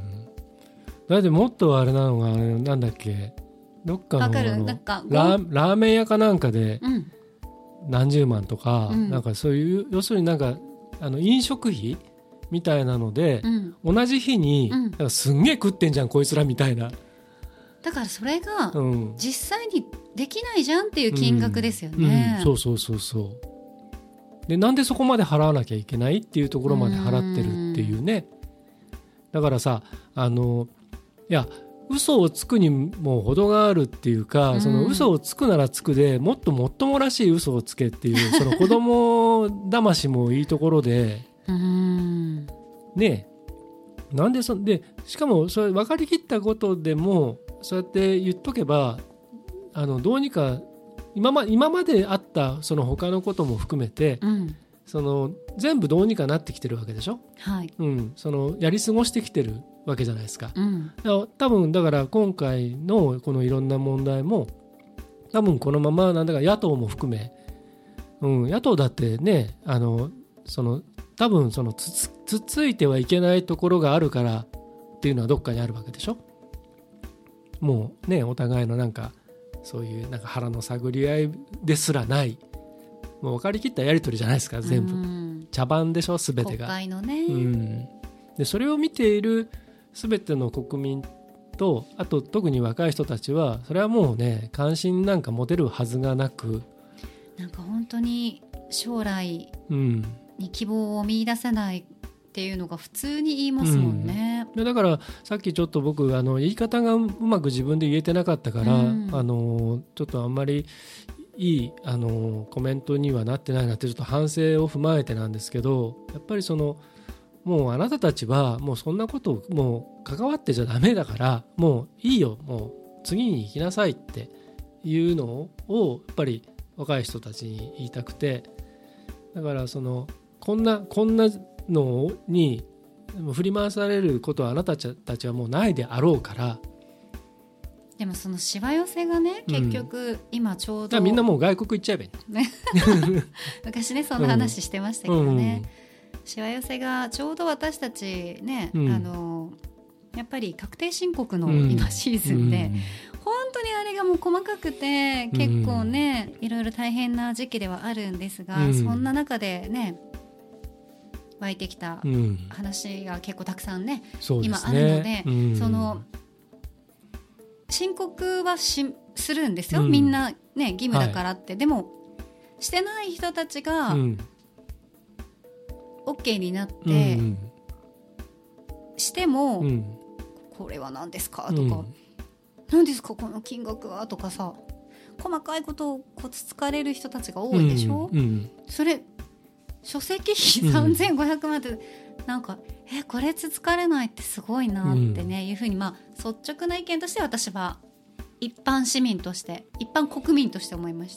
だってもっとあれなのが、なんだっけ、どっか の, かなんか ラ, ラーメン屋かなんかで何十万とか、うん、なんかそういう、要するになんかあの飲食費みたいなので、うん、同じ日に、うん、なんかすんげえ食ってんじゃんこいつらみたいな。 だからそれが実際にできないじゃんっていう金額ですよね、 うんうん、そうそうそうそうで、なんでそこまで払わなきゃいけないっていうところまで払ってるっていうね。だからさ、あのいや嘘をつくにも程があるっていうか、うん、その嘘をつくならつくでもっともっともらしい嘘をつけっていうその子供騙しもいいところでうんねえ、なんでそでしかもそれ分かりきったことでもそうやって言っとけば、あのどうにか 今ま、今まであったその他のことも含めて、 うん、 その全部どうにかなってきてるわけでしょ、 はいうん、そのやり過ごしてきてるわけじゃないですか、 うん、 だから多分だから今回のこのいろんな問題も多分このままなんだか野党も含め、うん、野党だってね、あのその多分その つ, つ, つついてはいけないところがあるからっていうのはどっかにあるわけでしょ。もうね、お互いのなんかそういうなんか腹の探り合いですらない、もう分かりきったやり取りじゃないですか全部、うん、茶番でしょ全てが、 国会のね、 うん、でそれを見ている全ての国民と、あと特に若い人たちはそれはもうね関心なんか持てるはずがなく、 なんか本当に将来に希望を見出せないっていうのが普通に言いますもんね、 うん、だからさっきちょっと僕あの言い方がうまく自分で言えてなかったから、うん、あのちょっとあんまりいいあのコメントにはなってないなってちょっと反省を踏まえてなんですけど、やっぱりそのもうあなたたちはもうそんなこともう関わってちゃダメだから、もういいよ、もう次に行きなさいっていうのをやっぱり若い人たちに言いたくて、だからそのこんなこんなのに振り回されることはあなたたちはもうないであろうから。 でもそのしわ寄せがね、うん、結局今ちょうどみんなもう外国行っちゃえばいい、ね、 昔ねそんな話してましたけどね、うん、しわ寄せがちょうど私たちね、うん、あのやっぱり確定申告の今シーズンで、うん、本当にあれがもう細かくて結構ね、うん、いろいろ大変な時期ではあるんですが、うん、そんな中でね湧いてきた話が結構たくさんね、うん、今あるので、うん、その申告はしするんですよ、うん、みんなね義務だからって、はい、でもしてない人たちが OK になって、うん、しても、うん、これは何ですかとか、うん、何ですかこの金額はとかさ、細かいことをこつつかれる人たちが多いでしょ、うんうん、それ書籍費さんぜんごひゃくまんって、うん、なんかえこれつつかれないってすごいなってね、うん、いうふうに、まあ率直な意見として私は一般市民として一般国民として思いました。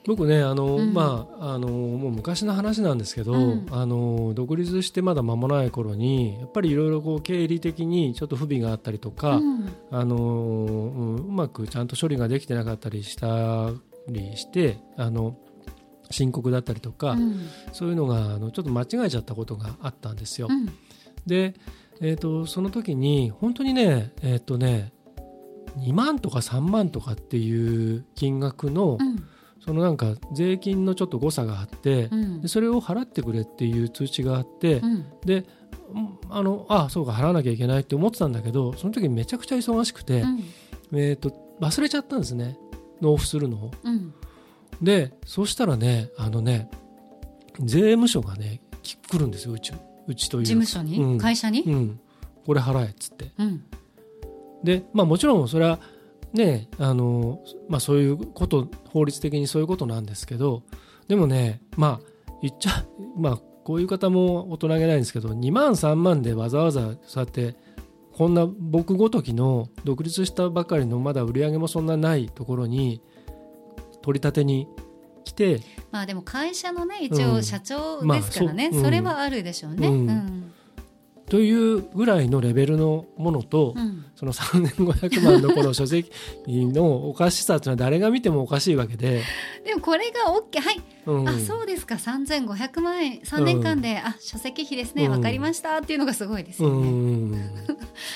僕ねあの、うん、まあ、あのもう昔の話なんですけど、うん、あの独立してまだ間もない頃にやっぱりいろいろ経理的にちょっと不備があったりとか、うん、あのうん、うまくちゃんと処理ができてなかったりしたりしてあの申告だったりとか、うん、そういうのがあのちょっと間違えちゃったことがあったんですよ、うん、で、えーと、その時に本当にねえっとねにまんとかさんまんとかっていう金額の、うん、そのなんか税金のちょっと誤差があって、うん、でそれを払ってくれっていう通知があって、うん、であのあそうか払わなきゃいけないって思ってたんだけどその時めちゃくちゃ忙しくて、うん、えーと、忘れちゃったんですね納付するのを、うん、でそうしたらねあのね税務署がね来るんですようち、うちという事務所に、うん、会社に、 うん、これ払えっつって、うんでまあ、もちろんそれは、ねあのまあ、そういうこと法律的にそういうことなんですけどでもね、まあ言っちゃまあ、こういう方も大人げないんですけどにまんさんまんでわざわざそうやってこんな僕ごときの独立したばかりのまだ売り上げもそんなないところに取り立てに来て、 まあ、でも会社のね一応社長ですからね、うんまあ そ, それはあるでしょうね、うんうんというぐらいのレベルのものと、うん、そのさんぜんごひゃくまんのこの書籍のおかしさというのは誰が見てもおかしいわけででもこれが OK はい、うん、あそうですかさんぜんごひゃくまんえんさんねんかんで、うん、あ書籍費ですねわ、うん、かりましたっていうのがすごいですよね、うん、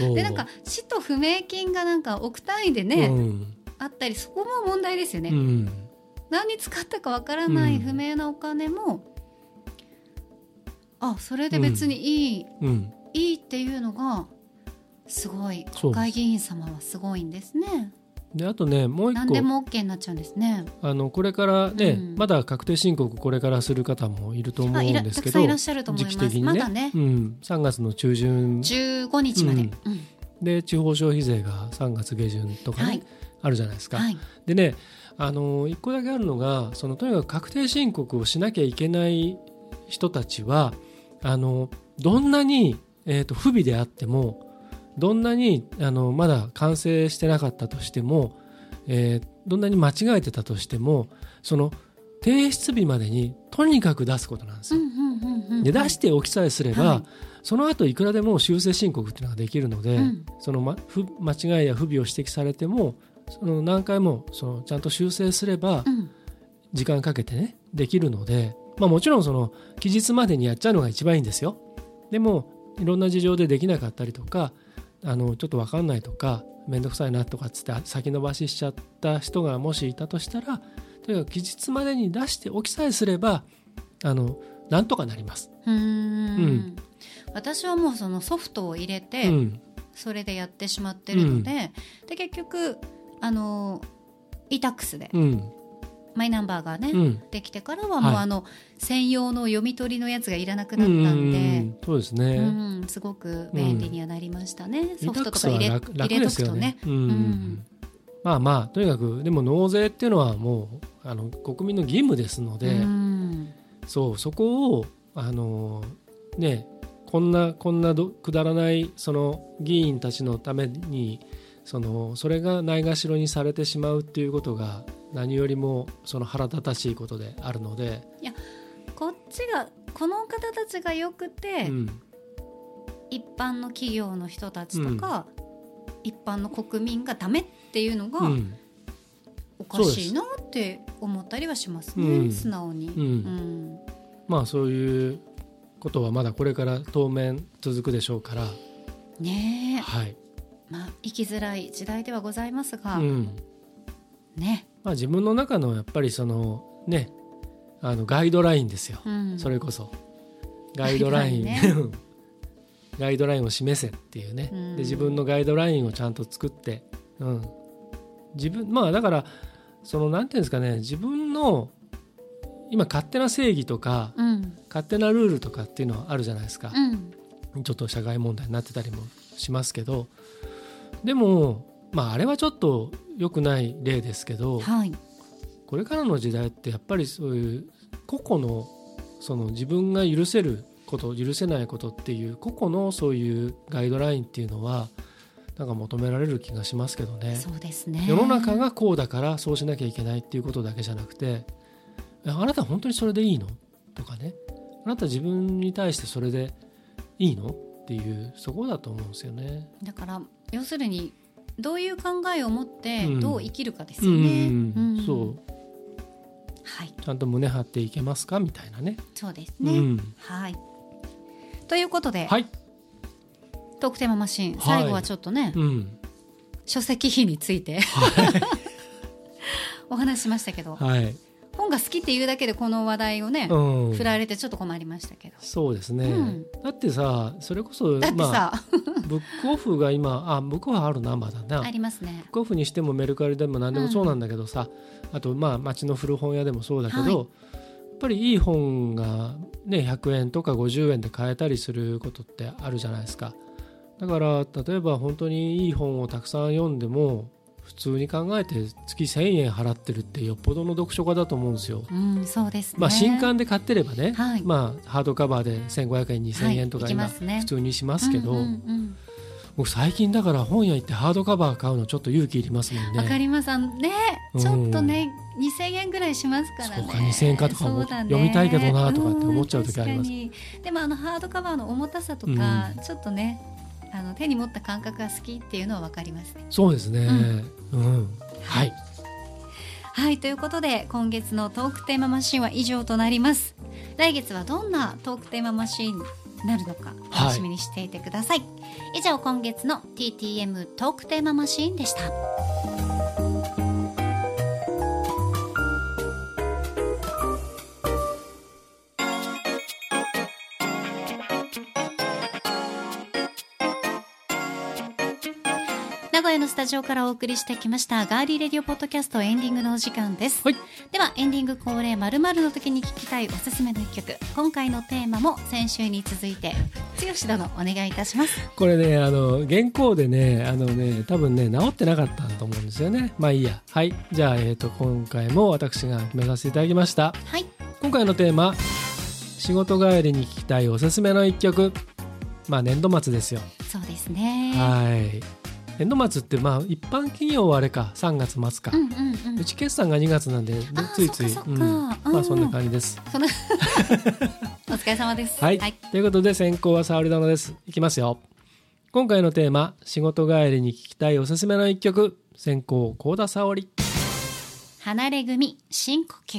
でなんか使途不明金がなんか億単位でね、うん、あったりそこも問題ですよね、うん、何に使ったかわからない不明なお金も、うん、あそれで別にいい、うんうんいいっていうのがすごい国会議員様はすごいんですね。 であとねもう一個何でも OK になっちゃうんですね。 あのこれからね、うん、まだ確定申告これからする方もいると思うんですけどたくさんいらっしゃると思います。 時期的にね、 まだね、 うん、さんがつの中旬じゅうごにちまで、うんうん、 で地方消費税がさんがつげじゅんとかね、はい、あるじゃないですか、はい、でねあのいっこだけあるのがそのとにかく確定申告をしなきゃいけない人たちはあのどんなにえー、と不備であってもどんなにあのまだ完成してなかったとしても、えー、どんなに間違えてたとしてもその提出日までにとにかく出すことなんですよ、うんうんうんうん、で出しておきさえすれば、はい、その後いくらでも修正申告っていうのができるので、うん、その、ま、不間違いや不備を指摘されてもその何回もそのちゃんと修正すれば、うん、時間かけてねできるので、まあ、もちろんその期日までにやっちゃうのが一番いいんですよ。でもいろんな事情でできなかったりとかあのちょっと分かんないとかめんどくさいなとかつって先延ばししちゃった人がもしいたとしたらとにかく期日までに出しておきさえすればあのなんとかなります。うーん、うん、 私はもうそのソフトを入れて、うん、それでやってしまってるので、うん、で結局あの イータックス で、うんマイナンバーがね、うん、できてからはもう、はい、あの専用の読み取りのやつがいらなくなったんで、うん、 そうですね、 うん、すごく便利にはなりましたね、うん、ソフトとか入れ、入れとくとね、うんうん、 まあまあとにかくでも納税っていうのはもうあの国民の義務ですので、うん、そうそこをあのねこんなこんなどくだらないその議員たちのためにそのそれがないがしろにされてしまうっていうことが何よりもその腹立たしいことであるのでいやこっちがこの方たちがよくて、うん、一般の企業の人たちとか、うん、一般の国民がダメっていうのが、うん、おかしいなって思ったりはしますね、うん、素直に、うんうん、 まあそういうことはまだこれから当面続くでしょうからねえ、 はいまあ、生きづらい時代ではございますが、うんねまあ、自分の中のやっぱりその、ね、あのガイドラインですよ、うん、それこそガイドラインガイドライン、ね、ガイドラインを示せっていうね、うん、で自分のガイドラインをちゃんと作って、うん、自分まあだからそのなんていうんですかね自分の今勝手な正義とか、うん、勝手なルールとかっていうのはあるじゃないですか、うん、ちょっと社会問題になってたりもしますけどでもまあ、あれはちょっと良くない例ですけど、はい、これからの時代ってやっぱりそういう個々の、その自分が許せること許せないことっていう個々のそういうガイドラインっていうのはなんか求められる気がしますけどね。 そうですね。 世の中がこうだからそうしなきゃいけないっていうことだけじゃなくてあなた本当にそれでいいのとかね、あなた自分に対してそれでいいのっていうそこだと思うんですよね。 だから要するにどういう考えを持ってどう生きるかですよね。 そう、はい、ちゃんと胸張っていけますかみたいなね。 そうですね、うん、はい。ということで、 はい、 トークテーママシン、最後はちょっとね、はい、うん、書籍費について、はい、お話ししましたけど、はい、本が好きっていうだけでこの話題をね、うん、振られてちょっと困りましたけど。 そうですね、うん、だってさ、それこそだってさ、まあ、 ブックオフが今あブックオフあるな、まだなありますね。 ブックオフにしてもメルカリでも何でもそうなんだけどさ、うん、あとまあ街の古本屋でもそうだけど、はい、やっぱりいい本が、ね、ひゃくえんとかごじゅうえんで買えたりすることってあるじゃないですか。だから例えば本当にいい本をたくさん読んでも普通に考えて月せんえん払ってるってよっぽどの読書家だと思うんですよ、 うん、そうですね。 まあ、新刊で買ってればね、 はい、 まあ、ハードカバーでせんごひゃくえんにせんえんとか今普通にしますけど、はい、うんうんうん、僕最近だから本屋行ってハードカバー買うのちょっと勇気いりますもんね。 わかります。あのね、ちょっとね、うん、にせんえんぐらいしますからね。 そうか、にせんえんかとかも、ね、読みたいけどなとかって思っちゃう時あります、うん、 でもあのハードカバーの重たさとか、うん、ちょっとね、あの手に持った感覚が好きっていうのは分かりますね。 そうですね、うんうん、はい、 はい、ということで今月のトークテーママシンは以上となります。来月はどんなトークテーママシンになるのか楽しみにしていてください、はい、以上今月の ティーティーエム トークテーママシンでした。名古屋のスタジオからお送りしてきましたガーリーレディオポッドキャストエンディングのお時間です、はい、ではエンディング恒例〇〇の時に聴きたいおすすめの一曲、今回のテーマも先週に続いて剛殿お願いいたします。 これね、あの原稿でね、あのね多分ね治ってなかったと思うんですよね。まあいいや。はい、じゃあ、えーと今回も私が決めさせていただきました、 はい、 今回のテーマ、仕事帰りに聴きたいおすすめの一曲。まあ年度末ですよ。 そうですね。 はい、年度末ってまあ一般企業はあれかさんがつ末か、うんうんうん、うち決算がにがつなんでついつい、うん、まあそんな感じです。 そのお疲れ様です、 はいはい、ということで先行は沙織殿です。いきますよ。今回のテーマ、仕事帰りに聴きたいおすすめの一曲、先行幸田沙織、 離れ組深呼吸。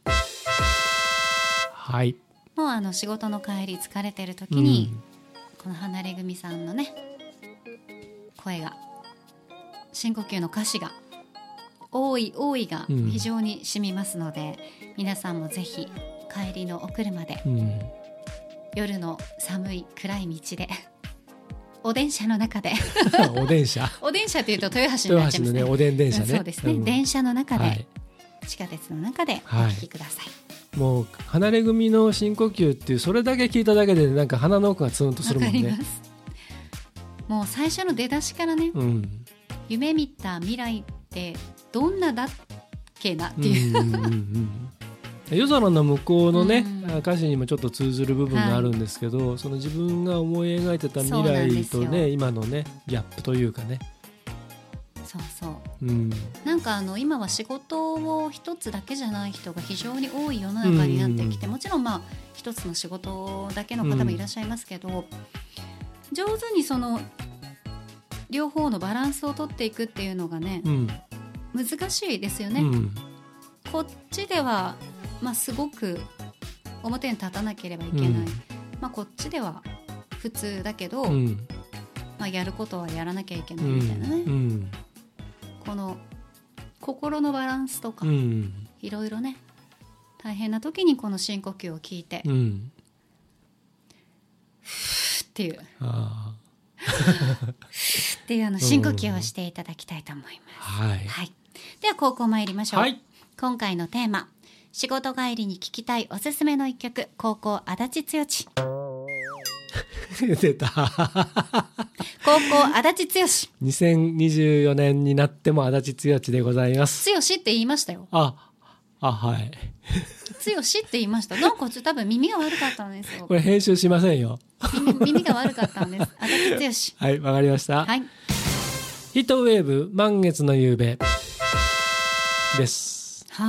はい、 もうあの仕事の帰り疲れてる時に、うん、この離れ組さんのね声が、深呼吸の歌詞が多い多いが非常に染みますので、うん、皆さんもぜひ帰りのお車で、うん、夜の寒い暗い道でお電車の中でお電車お電車っていうと豊橋になっちゃいますね。豊橋のね、 お電電車ね。 そうですね、うん、電車の中で、はい、地下鉄の中でお聴きください、はい、 もう離れ組の深呼吸っていうそれだけ聞いただけでなんか鼻の奥がツンとするもんね。わかります。 もう最初の出だしからね、うん、夢見た未来ってどんなだっけなっていう、うんうんうん、 夜空の向こうのね、うん、歌詞にもちょっと通ずる部分があるんですけど、はい、その自分が思い描いてた未来とね今のねギャップというかね、 そうそう、うん、なんかあの今は仕事を一つだけじゃない人が非常に多い世の中になってきて、うんうん、もちろんまあ一つの仕事だけの方もいらっしゃいますけど、うん、上手にその両方のバランスを取っていくっていうのがね、うん、難しいですよね、うん、こっちでは、まあ、すごく表に立たなければいけない、うん、まあ、こっちでは普通だけど、うん、まあ、やることはやらなきゃいけないみたいなね、うんうん、この心のバランスとか、うん、いろいろね大変な時にこの深呼吸を聞いて、うん、ふーっていうあっていうあの深呼吸をしていただきたいと思います、 はいはい、 では後攻参りましょう、 はい、 今回のテーマ、仕事帰りに聴きたいおすすめの一曲、高校足立剛出た高校足立剛にせんにじゅうよねんになっても足立剛でございます。 剛って言いましたよ。 ああ、はい剛って言いました。なんか多分耳が悪かったんですよ。 これ編集しませんよ。 耳, 耳が悪かったんです。足立剛。 はい、わかりました。 はい。 ヒートウェーブ満月の夕べです。 はい。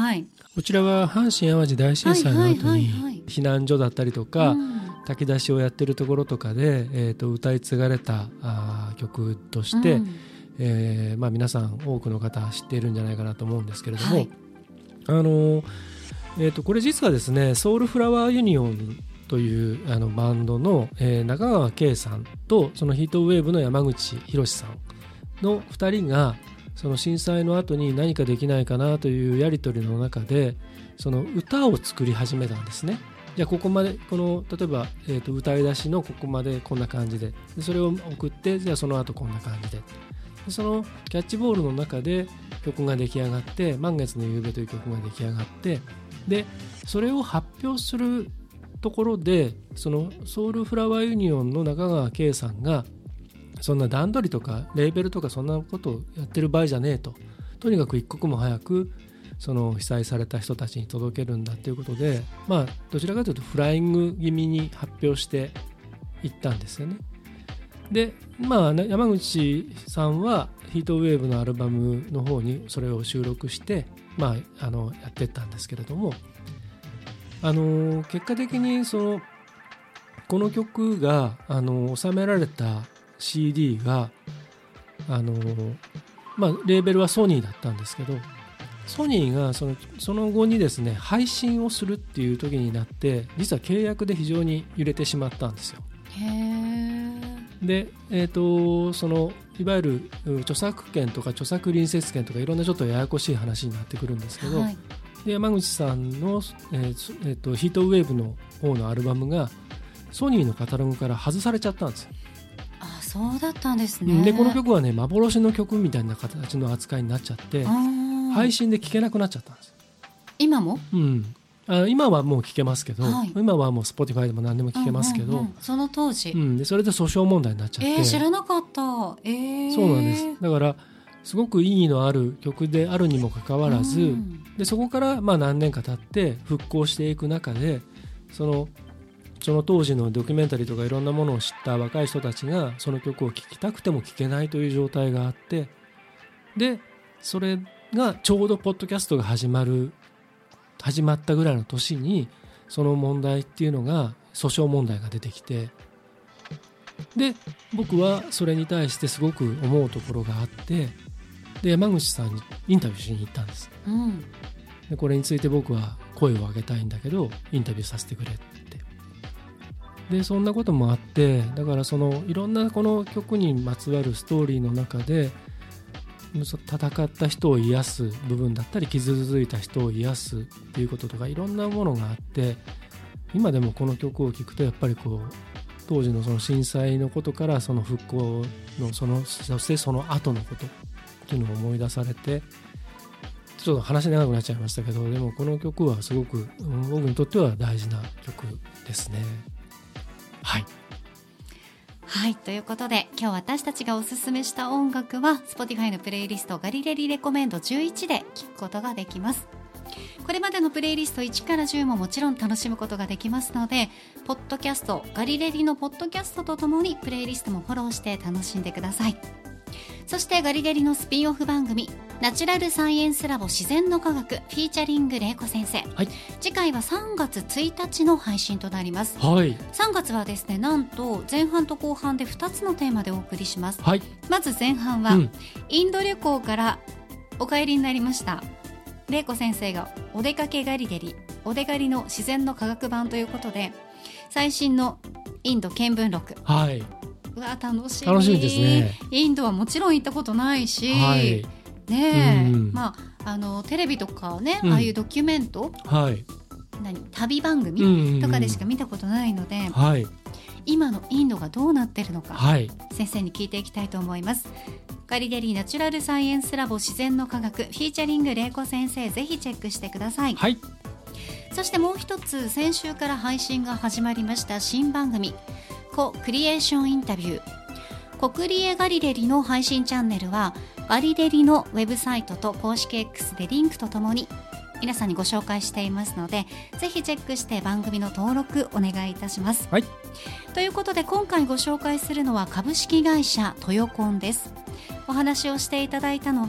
こちらは阪神・淡路大震災の後に避難所だったりとか、炊き出しをやってるところとかで、えー、と歌い継がれたあ曲として、うんえーまあ、皆さん多くの方知っているんじゃないかなと思うんですけれども、はいあのえー、とこれ実はですねソウルフラワーユニオンというあのバンドの、えー、中川圭さんとそのヒートウェーブの山口博さんのふたりがその震災の後に何かできないかなというやり取りの中でその歌を作り始めたんですね。じゃあここまでこの例えば、えー、と歌い出しのここまでこんな感じ で, でそれを送ってじゃあその後こんな感じ で, でそのキャッチボールの中で曲が出来上がって満月の夕べという曲が出来上がってでそれを発表するところでそのソウルフラワーユニオンの中川圭さんがそんな段取りとかレーベルとかそんなことをやってる場合じゃねえととにかく一刻も早くその被災された人たちに届けるんだということで、まあ、どちらかというとフライング気味に発表していったんですよね。で、まあ、山口さんはヒートウェーブのアルバムの方にそれを収録して、まあ、あのやっていったんですけれどもあの結果的にそのこの曲があの収められた シーディー があの、まあ、レーベルはソニーだったんですけどソニーがその、その後にですね配信をするっていう時になって実は契約で非常に揺れてしまったんですよ。 へー。 で、えーと、そのいわゆる著作権とか著作隣接権とかいろんなちょっとややこしい話になってくるんですけど、はい、で山口さんの、えーえーと、ヒートウェーブの方のアルバムがソニーのカタログから外されちゃったんですよ。 あ、そうだったんですね。 でこの曲はね幻の曲みたいな形の扱いになっちゃって配信で聴けなくなっちゃったんです。 今も、 うん、あ今はもう聴けますけど、はい、今はもう Spotify でも何でも聴けますけど、うんうんうん、 その当時、 うん、でそれで訴訟問題になっちゃって、 えー、知らなかった、えー、 そうなんです。だからすごく意義のある曲であるにもかかわらず、うん、でそこからまあ何年か経って復興していく中でそのその当時のドキュメンタリーとかいろんなものを知った若い人たちがその曲を聴きたくても聴けないという状態があってでそれがちょうどポッドキャストが始まる始まったぐらいの年にその問題っていうのが訴訟問題が出てきてで僕はそれに対してすごく思うところがあってで山口さんにインタビューしに行ったんです、うん、でこれについて僕は声を上げたいんだけどインタビューさせてくれってでそんなこともあってだからそのいろんなこの曲にまつわるストーリーの中で戦った人を癒す部分だったり傷ついた人を癒すっていうこととかいろんなものがあって今でもこの曲を聴くとやっぱりこう当時のその震災のことからその復興のそのそしてその後のことっていうのを思い出されてちょっと話長くなっちゃいましたけどでもこの曲はすごく僕にとっては大事な曲ですね。はいはい、ということで今日私たちがおすすめした音楽は Spotify のプレイリストガリレリレコメンドじゅういちで聴くことができます。これまでのプレイリストいちからじゅうももちろん楽しむことができますのでポッドキャストガリレリのポッドキャストとともにプレイリストもフォローして楽しんでください。そしてガリレリのスピンオフ番組ナチュラルサイエンスラボ自然の科学フィーチャリング玲子先生、はい、次回はさんがつついたちの配信となります、はい、さんがつはですねなんと前半と後半でふたつのテーマでお送りします、はい、まず前半は、うん、インド旅行からお帰りになりました玲子先生がお出かけガリレリお出がりの自然の科学版ということで最新のインド見聞録、はい、うわ楽しみ楽しみですね。 インドはもちろん行ったことないし、はいねえうんまあ、あのテレビとかね、うん、ああいうドキュメント、はい、何旅番組とかでしか見たことないので、うんうんはい、今のインドがどうなってるのか、はい、先生に聞いていきたいと思います。ガリレリナチュラルサイエンスラボ自然の科学フィーチャリング玲子先生ぜひチェックしてください、はい、そしてもう一つ先週から配信が始まりました新番組コクリエーションインタビューコクリエガリレリの配信チャンネルはガリレリのウェブサイトと公式 X でリンクとともに皆さんにご紹介していますのでぜひチェックして番組の登録お願いいたします、はい、ということで今回ご紹介するのは株式会社トヨコンです。お話をしていただいたのは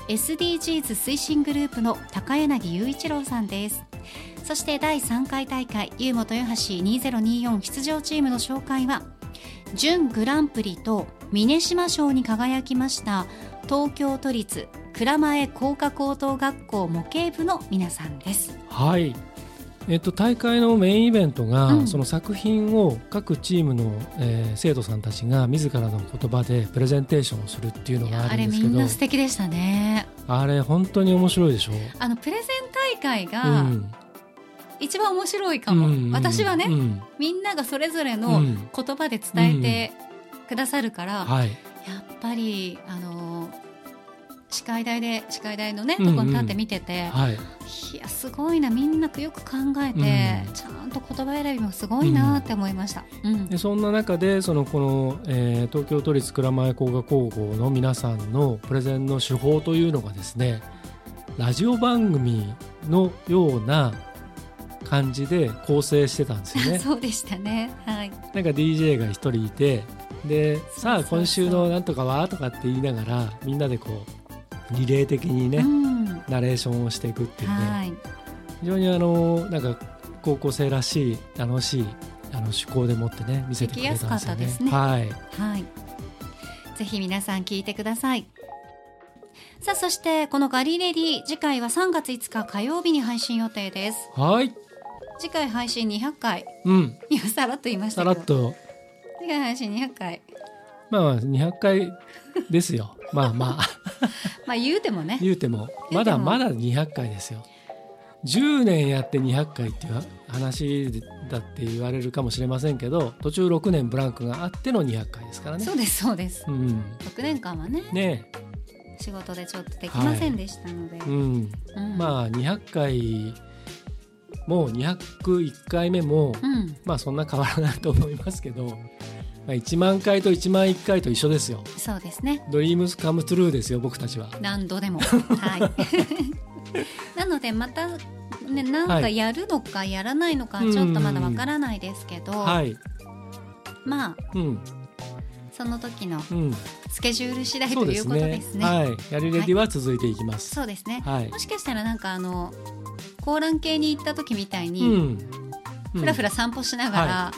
エスディージーズ 推進グループの高柳雄一郎さんです。そしてだいさんかい大会ゆうも豊橋にせんにじゅうよん出場チームの紹介は、準グランプリと峯島賞に輝きました東京都立蔵前工科高等学校模型部の皆さんです。 はい、えっと、大会のメインイベントが、うん、その作品を各チームの、えー、生徒さんたちが自らの言葉でプレゼンテーションをするっていうのがあるんですけど、 あれみんな素敵でしたね。 あれ本当に面白いでしょ。 あのプレゼン大会が、うん一番面白いかも、うんうん、私はね、うん、みんながそれぞれの言葉で伝えてくださるから、うんうんはい、やっぱりあの司会台で司会台のね、うんうん、とこに立って見てて、はい、いやすごいな、みんなよく考えて、うん、ちゃんと言葉選びもすごいなって思いました、 うんうん、でそんな中でそのこの、えー、東京都立蔵前工学高校の皆さんのプレゼンの手法というのがですね、ラジオ番組のような感じで構成してたんですよね。 そうでしたね、はい、 なんか ディージェー が一人いて、でさあ今週のなんとかはとかって言いながらみんなでこうリレー的にね、うん、ナレーションをしていくっていうね、はい、非常にあのなんか高校生らしい楽しいあの趣向でもってね見せてくれたんですよね。 聞きやすかったですね、 はいはい、ぜひ皆さん聞いてください。さあそしてこのガリレディ次回はさんがついつか火曜日に配信予定です。 はい、 次回配信にひゃっかい、 うん、 今さらっと言いましたけど、 さらっと次回配信にひゃっかい、 まあにひゃっかいですよまあまあまあ言うてもね言うてもまだまだにひゃっかいですよ。じゅうねんやってにひゃっかいっていう話だって言われるかもしれませんけど、途中ろくねんブランクがあってのにひゃっかいですからね。 そうですそうです、うん、ろくねんかんはねね仕事でちょっとできませんでしたので、はいうんうん、まあにひゃっかいもうにひゃくいっかいめも、うん、まあそんな変わらないと思いますけど、まあ、いちまんかいといちまんいっかいと一緒ですよ。 そうですね、 ドリームスカムトゥルーですよ僕たちは何度でもはいなのでまたね、なんかやるのかやらないのかちょっとまだわからないですけど、 はい、 まあ、うん、その時のスケジュール次第、うん、ということですね。 はい、やりレディは続いていきます。 はい、そうですね、 はい、 もしかしたらなんかあのコラン系に行った時みたいに、うん、ふらふら散歩しながら、はい、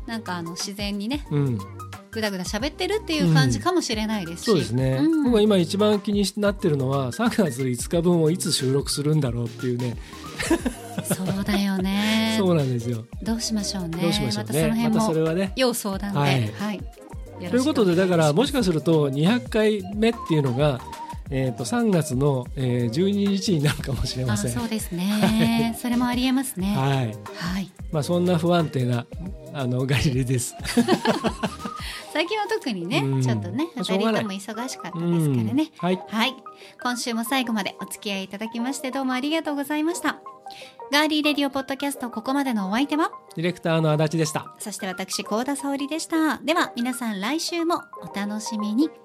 なんかあの自然にね、うん、ぐだぐだ喋ってるっていう感じかもしれないですし、 うん、そうですね、うん、僕は今一番気になってるのはさんがついつかぶんをいつ収録するんだろうっていうねそうだよねそうなんですよ。 どうしましょうね。 どうしましょうね。 またその辺もまたそれはね要相談で、 はいはい、ということでだからもしかするとにひゃっかいめっていうのがえー、とさんがつの、えー、じゅうににちになるかもしれません。 あ、そうですね、はい、それもありえますね。 はい、はい、まあ、そんな不安定なあのガリレです最近は特にね、うん、ちょっとねふたりとも忙しかったですからね、うんはい、はい、今週も最後までお付き合いいただきましてどうもありがとうございました。ガーリーレディオポッドキャスト、ここまでのお相手はディレクターの足立でした。 そして私幸田沙織でした。では皆さん来週もお楽しみに。